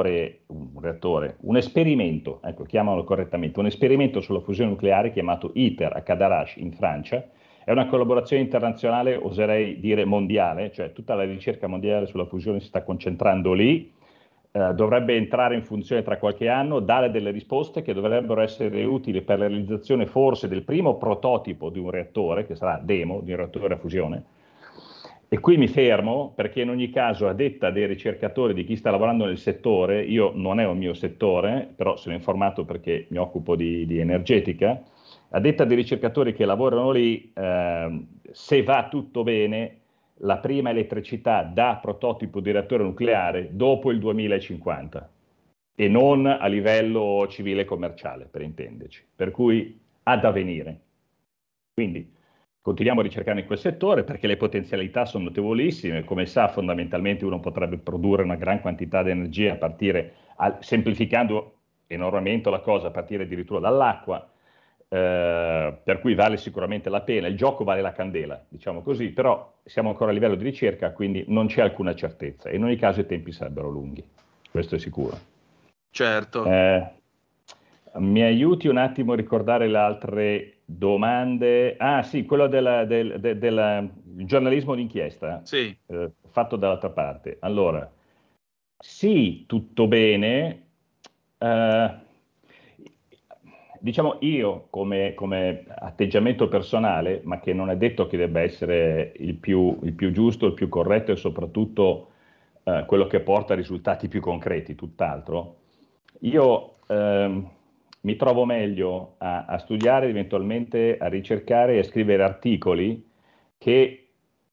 Speaker 4: esperimento, ecco, chiamalo correttamente, un esperimento sulla fusione nucleare chiamato ITER a Cadarache in Francia. È una collaborazione internazionale, oserei dire mondiale, cioè tutta la ricerca mondiale sulla fusione si sta concentrando lì, dovrebbe entrare in funzione tra qualche anno, dare delle risposte che dovrebbero essere utili per la realizzazione forse del primo prototipo di un reattore, che sarà demo di un reattore a fusione. E qui mi fermo perché in ogni caso, a detta dei ricercatori, di chi sta lavorando nel settore, io non è un mio settore, però sono informato perché mi occupo di energetica, a detta dei ricercatori che lavorano lì, se va tutto bene, la prima elettricità da prototipo di reattore nucleare dopo il 2050 e non a livello civile e commerciale, per intenderci, per cui ha da venire. Quindi continuiamo a ricercare in quel settore perché le potenzialità sono notevolissime. Come sa, fondamentalmente uno potrebbe produrre una gran quantità di energia a partire, semplificando enormemente la cosa, a partire addirittura dall'acqua, per cui vale sicuramente la pena, il gioco vale la candela, diciamo così, però siamo ancora a livello di ricerca, quindi non c'è alcuna certezza. In ogni caso i tempi sarebbero lunghi, questo è sicuro.
Speaker 3: Certo.
Speaker 4: Mi aiuti un attimo a ricordare le altre domande? Ah sì, quello del giornalismo d'inchiesta,
Speaker 3: sì.
Speaker 4: Fatto dall'altra parte. Allora, sì, tutto bene. Diciamo io come atteggiamento personale, ma che non è detto che debba essere il più giusto, il più corretto e soprattutto quello che porta a risultati più concreti, tutt'altro, io mi trovo meglio a studiare, eventualmente a ricercare e a scrivere articoli che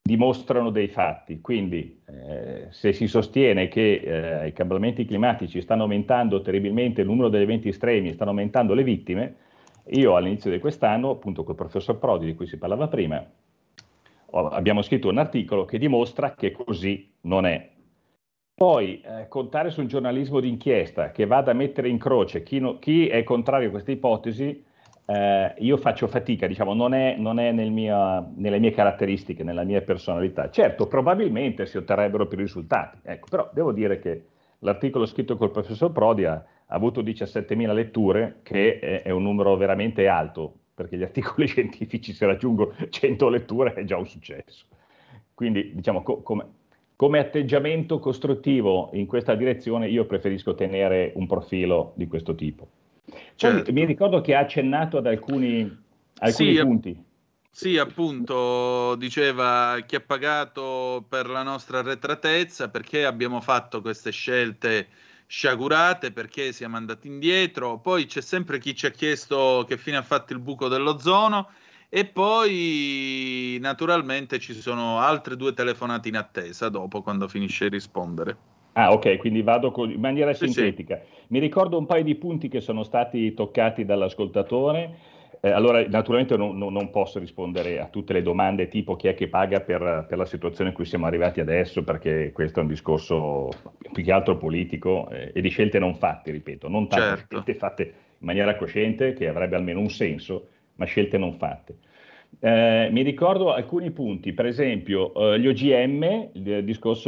Speaker 4: dimostrano dei fatti. Quindi se si sostiene che i cambiamenti climatici stanno aumentando terribilmente il numero degli eventi estremi, stanno aumentando le vittime, io all'inizio di quest'anno, appunto col professor Prodi di cui si parlava prima, abbiamo scritto un articolo che dimostra che così non è. Poi contare su un giornalismo d'inchiesta che vada a mettere in croce chi è contrario a questa ipotesi, io faccio fatica, diciamo, non è nelle mie caratteristiche, nella mia personalità. Certo, probabilmente si otterrebbero più risultati, ecco, però devo dire che l'articolo scritto col professor Prodi ha avuto 17.000 letture, che è un numero veramente alto, perché gli articoli scientifici, se raggiungono 100 letture, è già un successo. Quindi, diciamo, come atteggiamento costruttivo in questa direzione, io preferisco tenere un profilo di questo tipo. Certo. Poi mi ricordo che ha accennato ad alcuni punti.
Speaker 3: Sì, appunto, diceva chi ha pagato per la nostra arretratezza, perché abbiamo fatto queste scelte sciagurate, perché siamo andati indietro. Poi c'è sempre chi ci ha chiesto che fine ha fatto il buco dell'ozono, e poi naturalmente ci sono altre 2 telefonate in attesa dopo, quando finisce di rispondere.
Speaker 4: Ah, ok, quindi vado in maniera sintetica. Sì. Mi ricordo un paio di punti che sono stati toccati dall'ascoltatore. Allora, naturalmente non posso rispondere a tutte le domande, tipo chi è che paga per la situazione in cui siamo arrivati adesso, perché questo è un discorso più che altro politico e di scelte non fatte, ripeto, non tante scelte fatte in maniera cosciente, che avrebbe almeno un senso, ma scelte non fatte. Mi ricordo alcuni punti, per esempio gli OGM, il discorso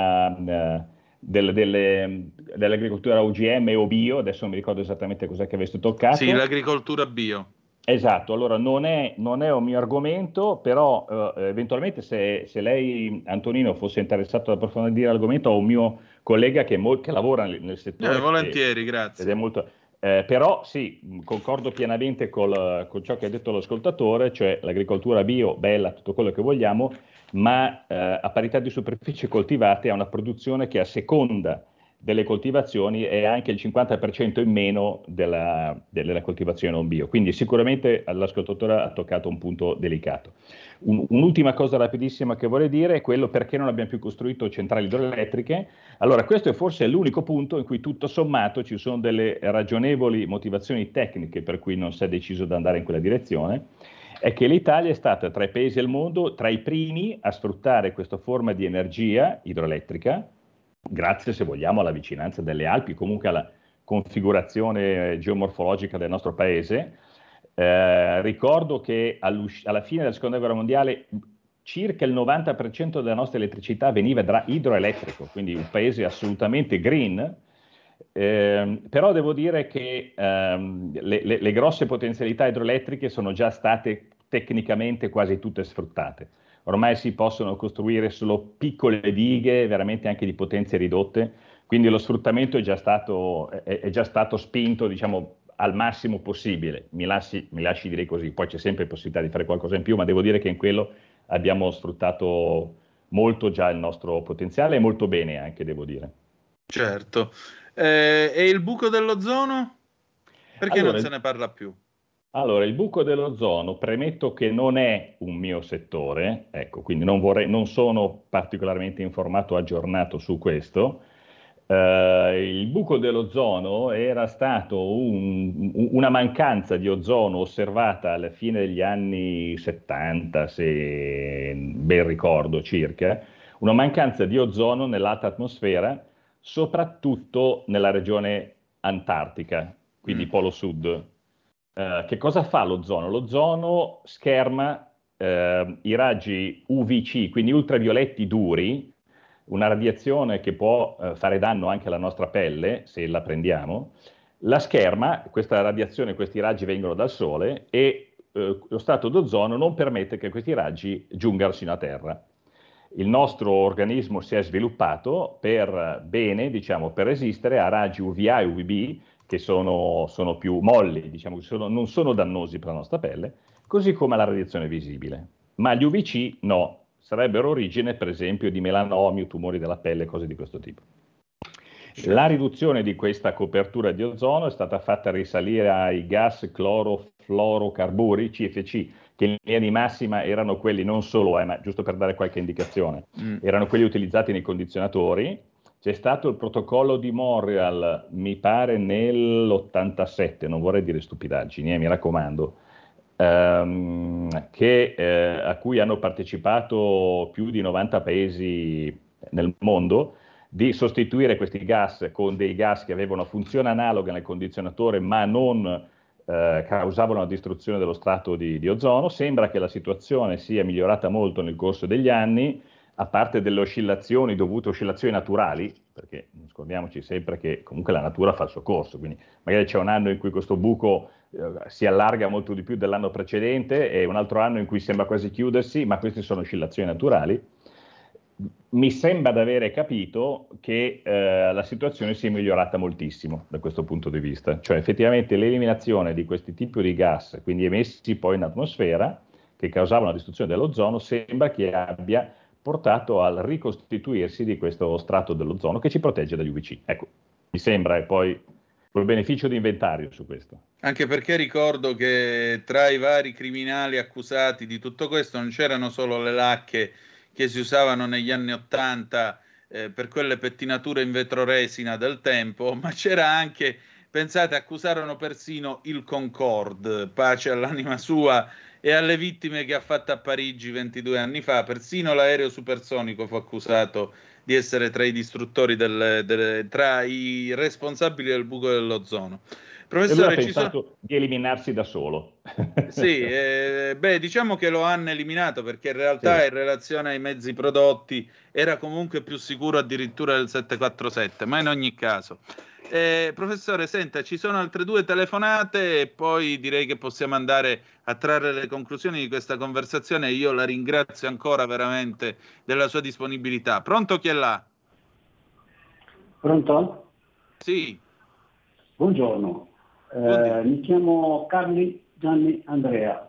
Speaker 4: dell'agricoltura OGM o bio, adesso non mi ricordo esattamente cos'è che aveste toccato.
Speaker 3: Sì, l'agricoltura bio.
Speaker 4: Esatto, allora non è un mio argomento, però eventualmente se lei, Antonino, fosse interessato ad approfondire l'argomento, ho un mio collega che lavora nel settore.
Speaker 3: Volentieri, grazie.
Speaker 4: Ed è molto... però sì, concordo pienamente con ciò che ha detto l'ascoltatore, cioè l'agricoltura bio, bella, tutto quello che vogliamo, ma a parità di superficie coltivate ha una produzione che a seconda delle coltivazioni è anche il 50% in meno della coltivazione non bio. Quindi sicuramente l'ascoltatore ha toccato un punto delicato. Un'ultima cosa rapidissima che vorrei dire è quello perché non abbiamo più costruito centrali idroelettriche. Allora, questo è forse l'unico punto in cui tutto sommato ci sono delle ragionevoli motivazioni tecniche per cui non si è deciso di andare in quella direzione. È che l'Italia è stata tra i paesi al mondo, tra i primi a sfruttare questa forma di energia idroelettrica, grazie, se vogliamo, alla vicinanza delle Alpi, comunque alla configurazione geomorfologica del nostro paese. Ricordo che alla fine della seconda guerra mondiale circa il 90% della nostra elettricità veniva da idroelettrico, quindi un paese assolutamente green, però devo dire che le grosse potenzialità idroelettriche sono già state tecnicamente quasi tutte sfruttate. Ormai si possono costruire solo piccole dighe, veramente anche di potenze ridotte, quindi lo sfruttamento è già stato spinto, diciamo, al massimo possibile. Mi lasci dire così, poi c'è sempre possibilità di fare qualcosa in più, ma devo dire che in quello abbiamo sfruttato molto già il nostro potenziale e molto bene anche, devo dire.
Speaker 3: Certo. E il buco dell'ozono? Perché allora, non se ne parla più?
Speaker 4: Allora, il buco dell'ozono, premetto che non è un mio settore, ecco, quindi non sono particolarmente informato o aggiornato su questo. Il buco dell'ozono era stato una mancanza di ozono osservata alla fine degli anni 70, se ben ricordo circa, una mancanza di ozono nell'alta atmosfera, soprattutto nella regione antartica, quindi Polo Sud. Che cosa fa l'ozono? L'ozono scherma i raggi UVC, quindi ultravioletti duri, una radiazione che può fare danno anche alla nostra pelle, se la prendiamo, la scherma, questa radiazione, questi raggi vengono dal Sole e lo strato d'ozono non permette che questi raggi giungano sino a terra. Il nostro organismo si è sviluppato per bene, diciamo, per resistere a raggi UVA e UVB, che sono più molli, diciamo, non sono dannosi per la nostra pelle, così come la radiazione visibile. Ma gli UVC no, sarebbero origine per esempio di melanomi o tumori della pelle, cose di questo tipo. La riduzione di questa copertura di ozono è stata fatta risalire ai gas clorofluorocarburi, CFC, che in linea di massima erano quelli non solo, ma giusto per dare qualche indicazione, erano quelli utilizzati nei condizionatori. C'è stato il protocollo di Montreal, mi pare nell'87, non vorrei dire stupidaggini, mi raccomando, a cui hanno partecipato più di 90 paesi nel mondo, di sostituire questi gas con dei gas che avevano una funzione analoga nel condizionatore ma non causavano la distruzione dello strato di ozono. Sembra che la situazione sia migliorata molto nel corso degli anni, a parte delle oscillazioni dovute a oscillazioni naturali, perché non scordiamoci sempre che comunque la natura fa il suo corso, quindi magari c'è un anno in cui questo buco si allarga molto di più dell'anno precedente e un altro anno in cui sembra quasi chiudersi, ma queste sono oscillazioni naturali. Mi sembra di avere capito che la situazione si è migliorata moltissimo da questo punto di vista, cioè effettivamente l'eliminazione di questi tipi di gas, quindi emessi poi in atmosfera, che causavano la distruzione dell'ozono, sembra che abbia portato al ricostituirsi di questo strato dell'ozono che ci protegge dagli UVC. Ecco, mi sembra, e poi col beneficio di inventario su questo.
Speaker 3: Anche perché ricordo che tra i vari criminali accusati di tutto questo non c'erano solo le lacche che si usavano negli anni '80 per quelle pettinature in vetroresina del tempo, ma c'era anche, pensate, accusarono persino il Concorde, pace all'anima sua, e alle vittime che ha fatto a Parigi 22 anni fa. Persino l'aereo supersonico fu accusato di essere tra i distruttori, tra i responsabili del buco dell'ozono. Professore,
Speaker 4: e lui ha pensato di eliminarsi da solo.
Speaker 3: Sì, diciamo che lo hanno eliminato, perché in realtà in relazione ai mezzi prodotti era comunque più sicuro addirittura del 747, ma in ogni caso. Professore, senta, ci sono altre 2 telefonate e poi direi che possiamo andare a trarre le conclusioni di questa conversazione. Io la ringrazio ancora veramente della sua disponibilità. Pronto, chi è là?
Speaker 11: Pronto?
Speaker 3: Sì.
Speaker 11: Buongiorno, mi chiamo Gianni Andrea.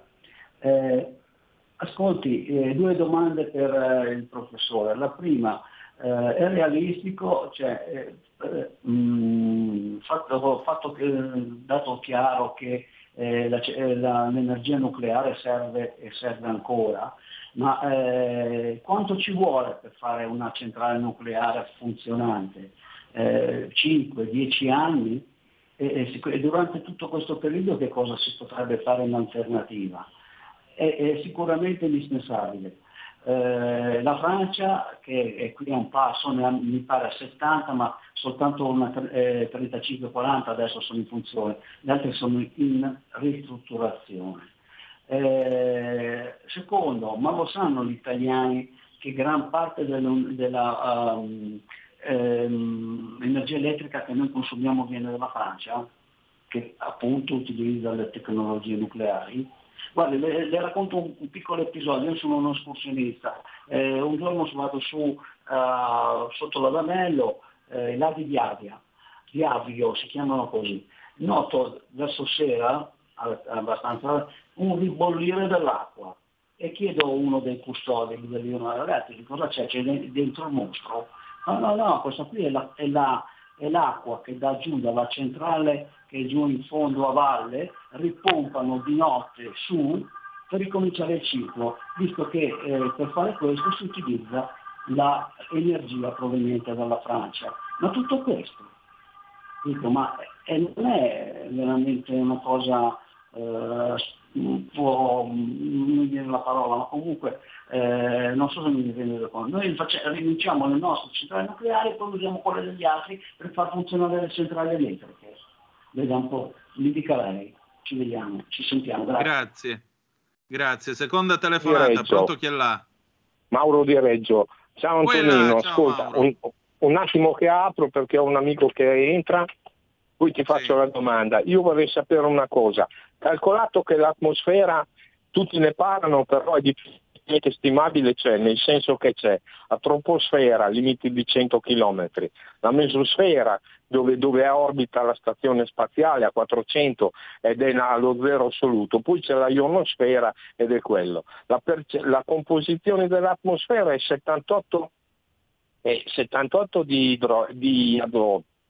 Speaker 11: Ascolti, 2 domande per il professore. La prima, è realistico, cioè fatto che, dato chiaro che l'energia nucleare serve e serve ancora, ma quanto ci vuole per fare una centrale nucleare funzionante? 5-10 anni? E durante tutto questo periodo che cosa si potrebbe fare in alternativa? È sicuramente indispensabile. La Francia, che è qui a un passo, mi pare a 70, ma soltanto una 35-40 adesso sono in funzione, le altre sono in ristrutturazione. Secondo, ma lo sanno gli italiani che gran parte della energia elettrica che noi consumiamo viene dalla Francia, che appunto utilizza le tecnologie nucleari? Guardi, le racconto un piccolo episodio. Io sono uno escursionista, un giorno vado su sotto l'Adamello, i laghi di Avio si chiamano così, noto verso sera abbastanza un ribollire dell'acqua e chiedo a uno dei custodi, ragazzi, di cosa c'è dentro il mostro? No, questa qui è l'acqua che da giù dalla centrale che è giù in fondo a valle, ripompano di notte su per ricominciare il ciclo, visto che per fare questo si utilizza l'energia proveniente dalla Francia. Ma tutto questo, dico, ma non è veramente una cosa, non dire la parola, ma comunque non so se mi rende conto. Noi rinunciamo alle nostre centrali nucleari e poi usiamo quelle degli altri per far funzionare le centrali elettriche. Vediamo un po', mi dica lei, ci vediamo, ci sentiamo.
Speaker 3: Grazie. Seconda telefonata, pronto, chi è là?
Speaker 12: Mauro di Reggio. Ciao Antonino,
Speaker 3: ciao,
Speaker 12: ascolta, un attimo che apro perché ho un amico che entra, poi ti faccio la domanda. Io vorrei sapere una cosa, calcolato che l'atmosfera, tutti ne parlano, però è difficilmente stimabile, c'è, nel senso che c'è la troposfera, limiti di 100 km, la mesosfera, dove orbita la stazione spaziale a 400 ed è allo zero assoluto, poi c'è la ionosfera ed è quello. La composizione dell'atmosfera è 78 di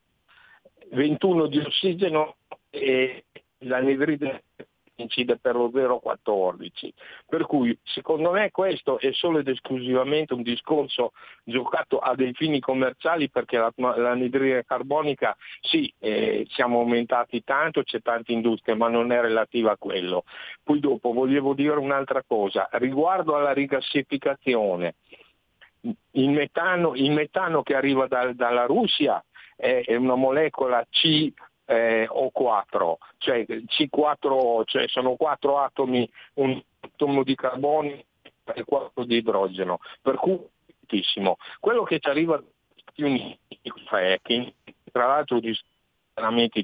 Speaker 12: 21 di ossigeno e l'anidride incide per lo 0,14, per cui secondo me questo è solo ed esclusivamente un discorso giocato a dei fini commerciali, perché l'anidride carbonica sì, siamo aumentati tanto, c'è tanta industria, ma non è relativa a quello. Poi dopo volevo dire un'altra cosa riguardo alla rigassificazione. Il metano che arriva dalla Russia è una molecola O4, cioè C4, cioè sono 4 atomi, un atomo di carbonio e 4 di idrogeno, per cui moltissimo. Quello che ci arriva dagli Stati Uniti è che tra l'altro veramente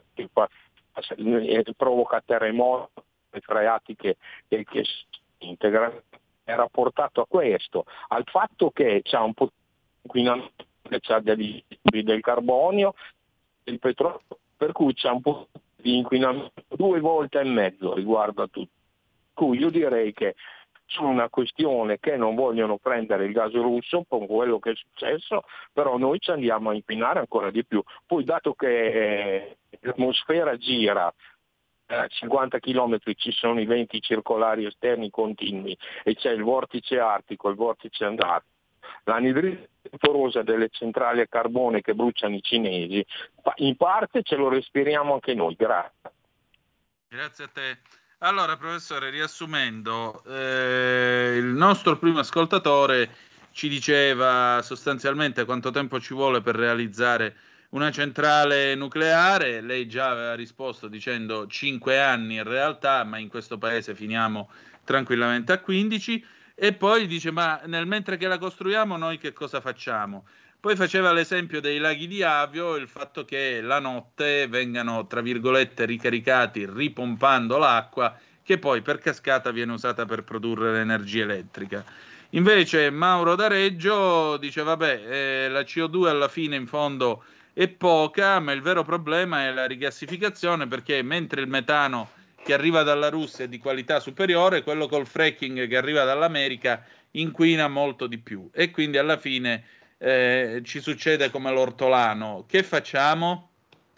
Speaker 12: provoca terremoti freatiche che si integrano, è rapportato a questo, al fatto che c'è un po' di inquinamento, c'è del carbonio, il petrolio, per cui c'è un po' di inquinamento 2,5 volte riguardo a tutto. Per cui io direi che su una questione che non vogliono prendere il gas russo con quello che è successo, però noi ci andiamo a inquinare ancora di più. Poi dato che l'atmosfera gira a 50 km, ci sono i venti circolari esterni continui e c'è il vortice artico, il vortice antartico, l'anidride porosa delle centrali a carbone che bruciano i cinesi, in parte ce lo respiriamo anche noi.
Speaker 3: Grazie a te. Allora, professore, riassumendo, il nostro primo ascoltatore ci diceva sostanzialmente quanto tempo ci vuole per realizzare una centrale nucleare. Lei già aveva risposto dicendo 5 anni in realtà, ma in questo paese finiamo tranquillamente a 15. E poi dice, ma mentre che la costruiamo noi che cosa facciamo? Poi faceva l'esempio dei laghi di Avio, il fatto che la notte vengano, tra virgolette, ricaricati ripompando l'acqua, che poi per cascata viene usata per produrre l'energia elettrica. Invece Mauro da Reggio dice, vabbè, la CO2 alla fine in fondo è poca, ma il vero problema è la rigassificazione, perché mentre il metano che arriva dalla Russia è di qualità superiore, quello col fracking che arriva dall'America inquina molto di più, e quindi alla fine ci succede come l'ortolano. Che facciamo?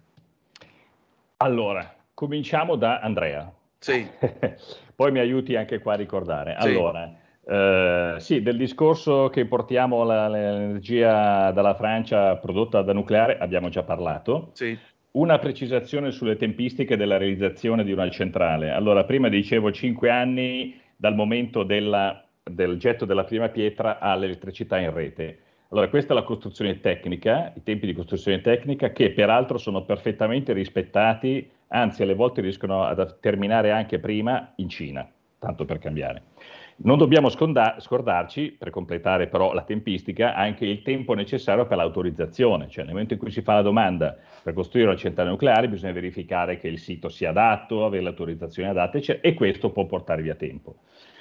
Speaker 4: Allora, cominciamo da Andrea.
Speaker 3: Sì.
Speaker 4: Poi mi aiuti anche qua a ricordare.
Speaker 3: Sì.
Speaker 4: Allora, sì, del discorso che portiamo l'energia dalla Francia prodotta da nucleare abbiamo già parlato.
Speaker 3: Sì.
Speaker 4: Una precisazione sulle tempistiche della realizzazione di una centrale. Allora, prima dicevo 5 anni dal momento del getto della prima pietra all'elettricità in rete. Allora, questa è la costruzione tecnica, i tempi di costruzione tecnica, che peraltro sono perfettamente rispettati, anzi alle volte riescono a terminare anche prima in Cina, tanto per cambiare. Non dobbiamo scordarci, per completare però la tempistica, anche il tempo necessario per l'autorizzazione, cioè nel momento in cui si fa la domanda per costruire una centrale nucleare bisogna verificare che il sito sia adatto, avere l'autorizzazione adatta, eccetera, e questo può portare via tempo.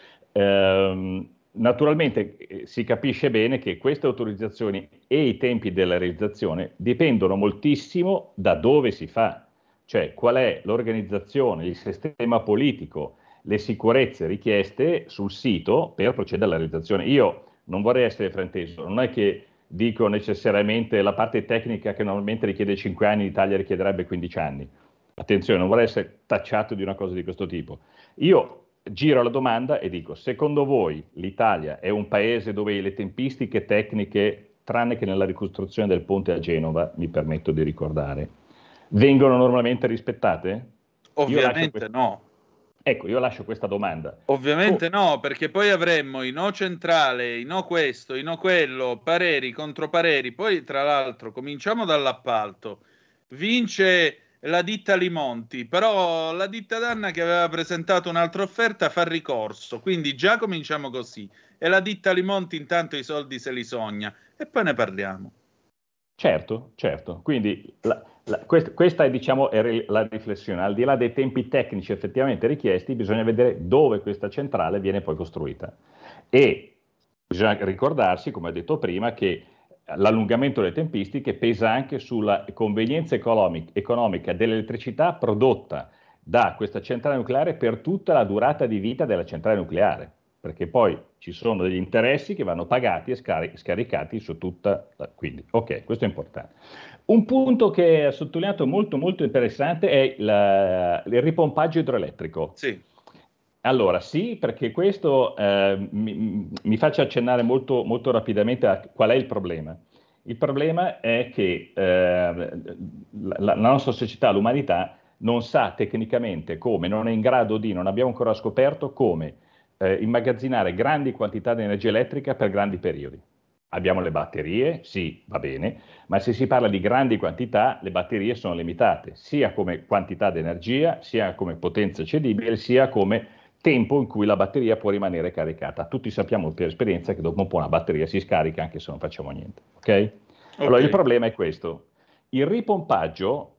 Speaker 4: Naturalmente si capisce bene che queste autorizzazioni e i tempi della realizzazione dipendono moltissimo da dove si fa, cioè qual è l'organizzazione, il sistema politico, le sicurezze richieste sul sito per procedere alla realizzazione. Io non vorrei essere frainteso, non è che dico necessariamente la parte tecnica che normalmente richiede 5 anni, l'Italia richiederebbe 15 anni. Attenzione, non vorrei essere tacciato di una cosa di questo tipo. Io giro la domanda e dico, secondo voi l'Italia è un paese dove le tempistiche tecniche, tranne che nella ricostruzione del ponte a Genova, mi permetto di ricordare, vengono normalmente rispettate?
Speaker 3: Ovviamente no.
Speaker 4: Ecco, io lascio questa domanda.
Speaker 3: Ovviamente no, perché poi avremmo i no centrale, i no questo, i no quello, pareri, contropareri. Poi, tra l'altro, cominciamo dall'appalto. Vince la ditta Limonti, però la ditta Danna che aveva presentato un'altra offerta fa ricorso, quindi già cominciamo così. E la ditta Limonti intanto i soldi se li sogna, e poi ne parliamo.
Speaker 4: Certo. Quindi questa è, diciamo, è la riflessione. Al di là dei tempi tecnici effettivamente richiesti, bisogna vedere dove questa centrale viene poi costruita. E bisogna ricordarsi, come ho detto prima, che l'allungamento delle tempistiche pesa anche sulla convenienza economica dell'elettricità prodotta da questa centrale nucleare per tutta la durata di vita della centrale nucleare. perché poi ci sono degli interessi che vanno pagati e scaricati su tutta quindi, ok, questo è importante. Un punto che ha sottolineato molto molto interessante è il ripompaggio idroelettrico.
Speaker 3: Sì.
Speaker 4: Allora, sì, perché questo mi faccia accennare molto, molto rapidamente a qual è il problema. Il problema è che la nostra società, l'umanità, non sa tecnicamente come, non è in grado di, non abbiamo ancora scoperto come immagazzinare grandi quantità di energia elettrica per grandi periodi. Abbiamo le batterie, sì, va bene, ma se si parla di grandi quantità, le batterie sono limitate, sia come quantità di energia, sia come potenza cedibile, sia come tempo in cui la batteria può rimanere caricata. Tutti sappiamo per esperienza che dopo un po' una batteria si scarica anche se non facciamo niente. Ok? Allora il problema è questo. Il ripompaggio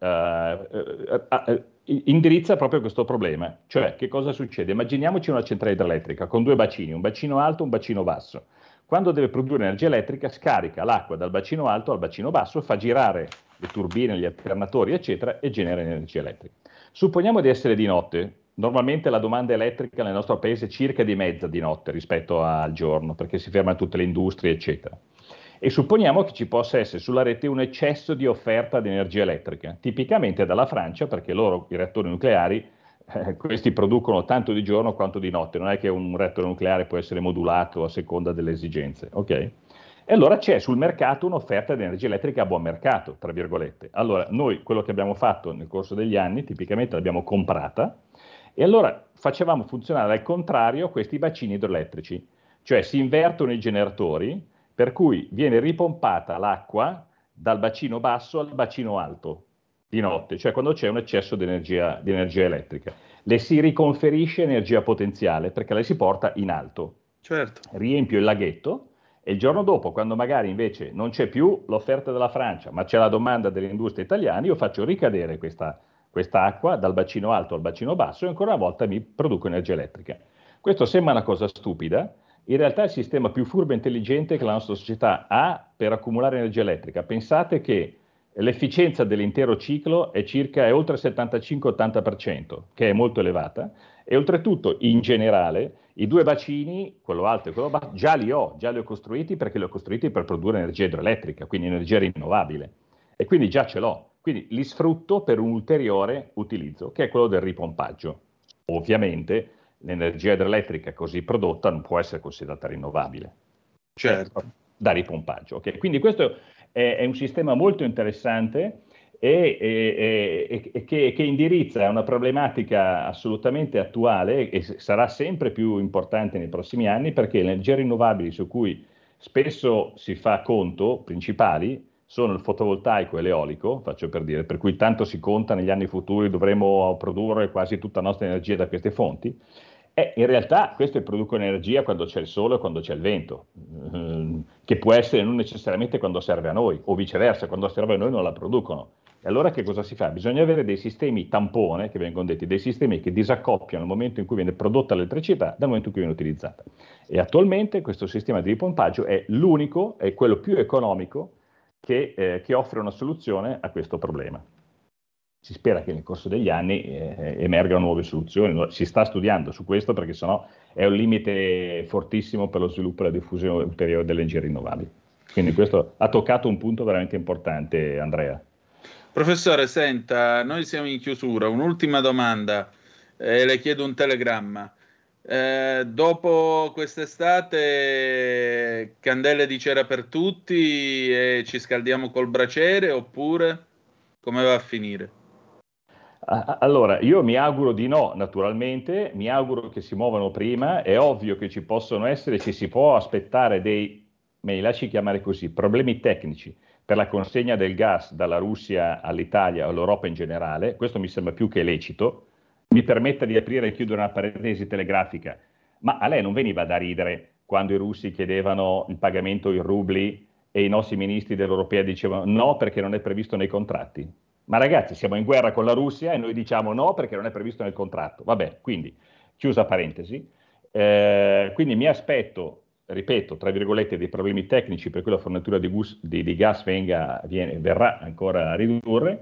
Speaker 4: indirizza proprio questo problema. Cioè, che cosa succede? Immaginiamoci una centrale idroelettrica con due bacini, un bacino alto e un bacino basso. Quando deve produrre energia elettrica, scarica l'acqua dal bacino alto al bacino basso, fa girare le turbine, gli alternatori, eccetera, e genera energia elettrica. Supponiamo di essere di notte. Normalmente la domanda elettrica nel nostro paese è circa di mezza di notte rispetto al giorno, perché si fermano tutte le industrie, eccetera. E supponiamo che ci possa essere sulla rete un eccesso di offerta di energia elettrica, tipicamente dalla Francia, perché loro, i reattori nucleari, questi producono tanto di giorno quanto di notte, non è che un reattore nucleare può essere modulato a seconda delle esigenze, ok? E allora c'è sul mercato un'offerta di energia elettrica a buon mercato, tra virgolette. Allora, noi quello che abbiamo fatto nel corso degli anni, tipicamente l'abbiamo comprata, e allora facevamo funzionare al contrario questi bacini idroelettrici, cioè si invertono i generatori, per cui viene ripompata l'acqua dal bacino basso al bacino alto di notte, cioè quando c'è un eccesso di energia elettrica. Le si riconferisce energia potenziale perché le si porta in alto.
Speaker 3: Certo.
Speaker 4: Riempio il laghetto e il giorno dopo, quando magari invece non c'è più l'offerta della Francia, ma c'è la domanda delle industrie italiane, io faccio ricadere questa acqua dal bacino alto al bacino basso e ancora una volta mi produco energia elettrica. Questo sembra una cosa stupida, in realtà è il sistema più furbo e intelligente che la nostra società ha per accumulare energia elettrica. Pensate che l'efficienza dell'intero ciclo è oltre il 75-80%, che è molto elevata, e oltretutto in generale i due bacini, quello alto e quello basso, già li ho costruiti perché li ho costruiti per produrre energia idroelettrica, quindi energia rinnovabile, e quindi già ce l'ho. Quindi li sfrutto per un ulteriore utilizzo, che è quello del ripompaggio. Ovviamente l'energia idroelettrica così prodotta non può essere considerata rinnovabile.
Speaker 3: Certo.
Speaker 4: Da ripompaggio. Okay? Quindi questo è un sistema molto interessante e che indirizza una problematica assolutamente attuale e sarà sempre più importante nei prossimi anni, perché le energie rinnovabili su cui spesso si fa conto, principali, sono il fotovoltaico e l'eolico, faccio per dire, per cui tanto si conta negli anni futuri dovremo produrre quasi tutta la nostra energia da queste fonti. E in realtà queste producono energia quando c'è il sole o quando c'è il vento, che può essere non necessariamente quando serve a noi, o viceversa, quando serve a noi non la producono. E allora che cosa si fa? Bisogna avere dei sistemi tampone, che vengono detti, dei sistemi che disaccoppiano il momento in cui viene prodotta l'elettricità dal momento in cui viene utilizzata. E attualmente questo sistema di ripompaggio è l'unico, è quello più economico che offre una soluzione a questo problema. Si spera che nel corso degli anni emergano nuove soluzioni, si sta studiando su questo perché sennò è un limite fortissimo per lo sviluppo e la diffusione ulteriore delle energie rinnovabili. Quindi questo ha toccato un punto veramente importante, Andrea.
Speaker 3: Professore, senta, noi siamo in chiusura, un'ultima domanda, le chiedo un telegramma. Dopo quest'estate candele di cera per tutti e ci scaldiamo col braciere, oppure come va a finire?
Speaker 4: Allora, io mi auguro di no, naturalmente, mi auguro che si muovano prima, è ovvio che ci possono essere, ci si può aspettare me li lasci chiamare così, problemi tecnici per la consegna del gas dalla Russia all'Italia o all'Europa in generale, questo mi sembra più che lecito. Mi permetta di aprire e chiudere una parentesi telegrafica, ma a lei non veniva da ridere quando i russi chiedevano il pagamento in rubli e i nostri ministri dell'Europea dicevano no perché non è previsto nei contratti? Ma ragazzi, siamo in guerra con la Russia e noi diciamo no perché non è previsto nel contratto. Vabbè, quindi, chiusa parentesi. Quindi mi aspetto, ripeto, tra virgolette, dei problemi tecnici per cui la fornitura di gas verrà ancora a ridurre.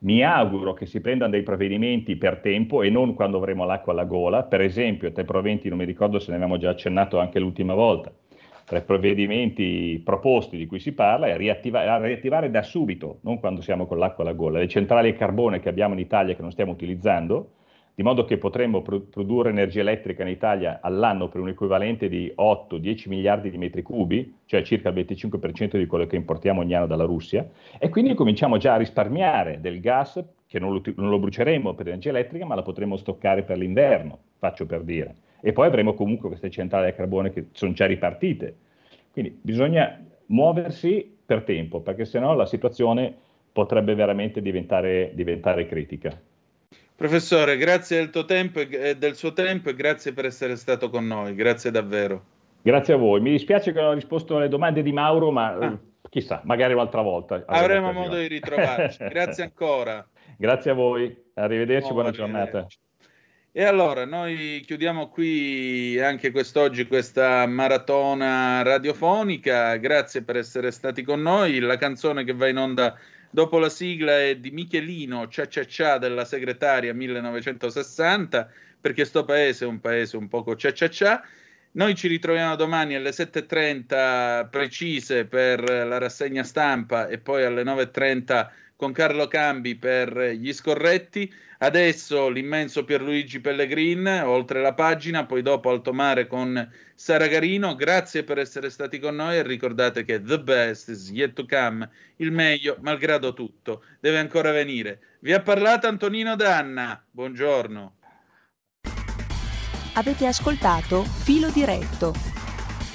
Speaker 4: Mi auguro che si prendano dei provvedimenti per tempo e non quando avremo l'acqua alla gola. Per esempio, tra i provvedimenti, non mi ricordo se ne avevamo già accennato anche l'ultima volta, tra i provvedimenti proposti di cui si parla è riattivare da subito, non quando siamo con l'acqua alla gola, le centrali a carbone che abbiamo in Italia che non stiamo utilizzando, di modo che potremmo produrre energia elettrica in Italia all'anno per un equivalente di 8-10 miliardi di metri cubi, cioè circa il 25% di quello che importiamo ogni anno dalla Russia, e quindi cominciamo già a risparmiare del gas, che non lo bruceremo per l'energia elettrica, ma la potremo stoccare per l'inverno, faccio per dire. E poi avremo comunque queste centrali a carbone che sono già ripartite. Quindi bisogna muoversi per tempo, perché sennò la situazione potrebbe veramente diventare critica.
Speaker 3: Professore, grazie del tuo tempo e del suo tempo e grazie per essere stato con noi, grazie davvero.
Speaker 4: Grazie a voi, mi dispiace che non ho risposto alle domande di Mauro, ma chissà, magari un'altra volta.
Speaker 3: Avremo modo di ritrovarci, grazie ancora.
Speaker 4: Grazie a voi, arrivederci, buona giornata.
Speaker 3: E allora, noi chiudiamo qui anche quest'oggi questa maratona radiofonica, grazie per essere stati con noi, la canzone che va in onda dopo la sigla è di Michelino, Cia Cia Cia della Segretaria 1960, perché sto paese è un paese un poco Cia Cia Cia. Noi ci ritroviamo domani alle 7:30 precise per la rassegna stampa e poi alle 9:30 con Carlo Cambi per gli scorretti. Adesso l'immenso Pierluigi Pellegrin, oltre la pagina, poi dopo Alto Mare con Sara Garino. Grazie per essere stati con noi e ricordate che the best is yet to come, il meglio, malgrado tutto, deve ancora venire. Vi ha parlato Antonino Danna, buongiorno.
Speaker 1: Avete ascoltato Filo Diretto.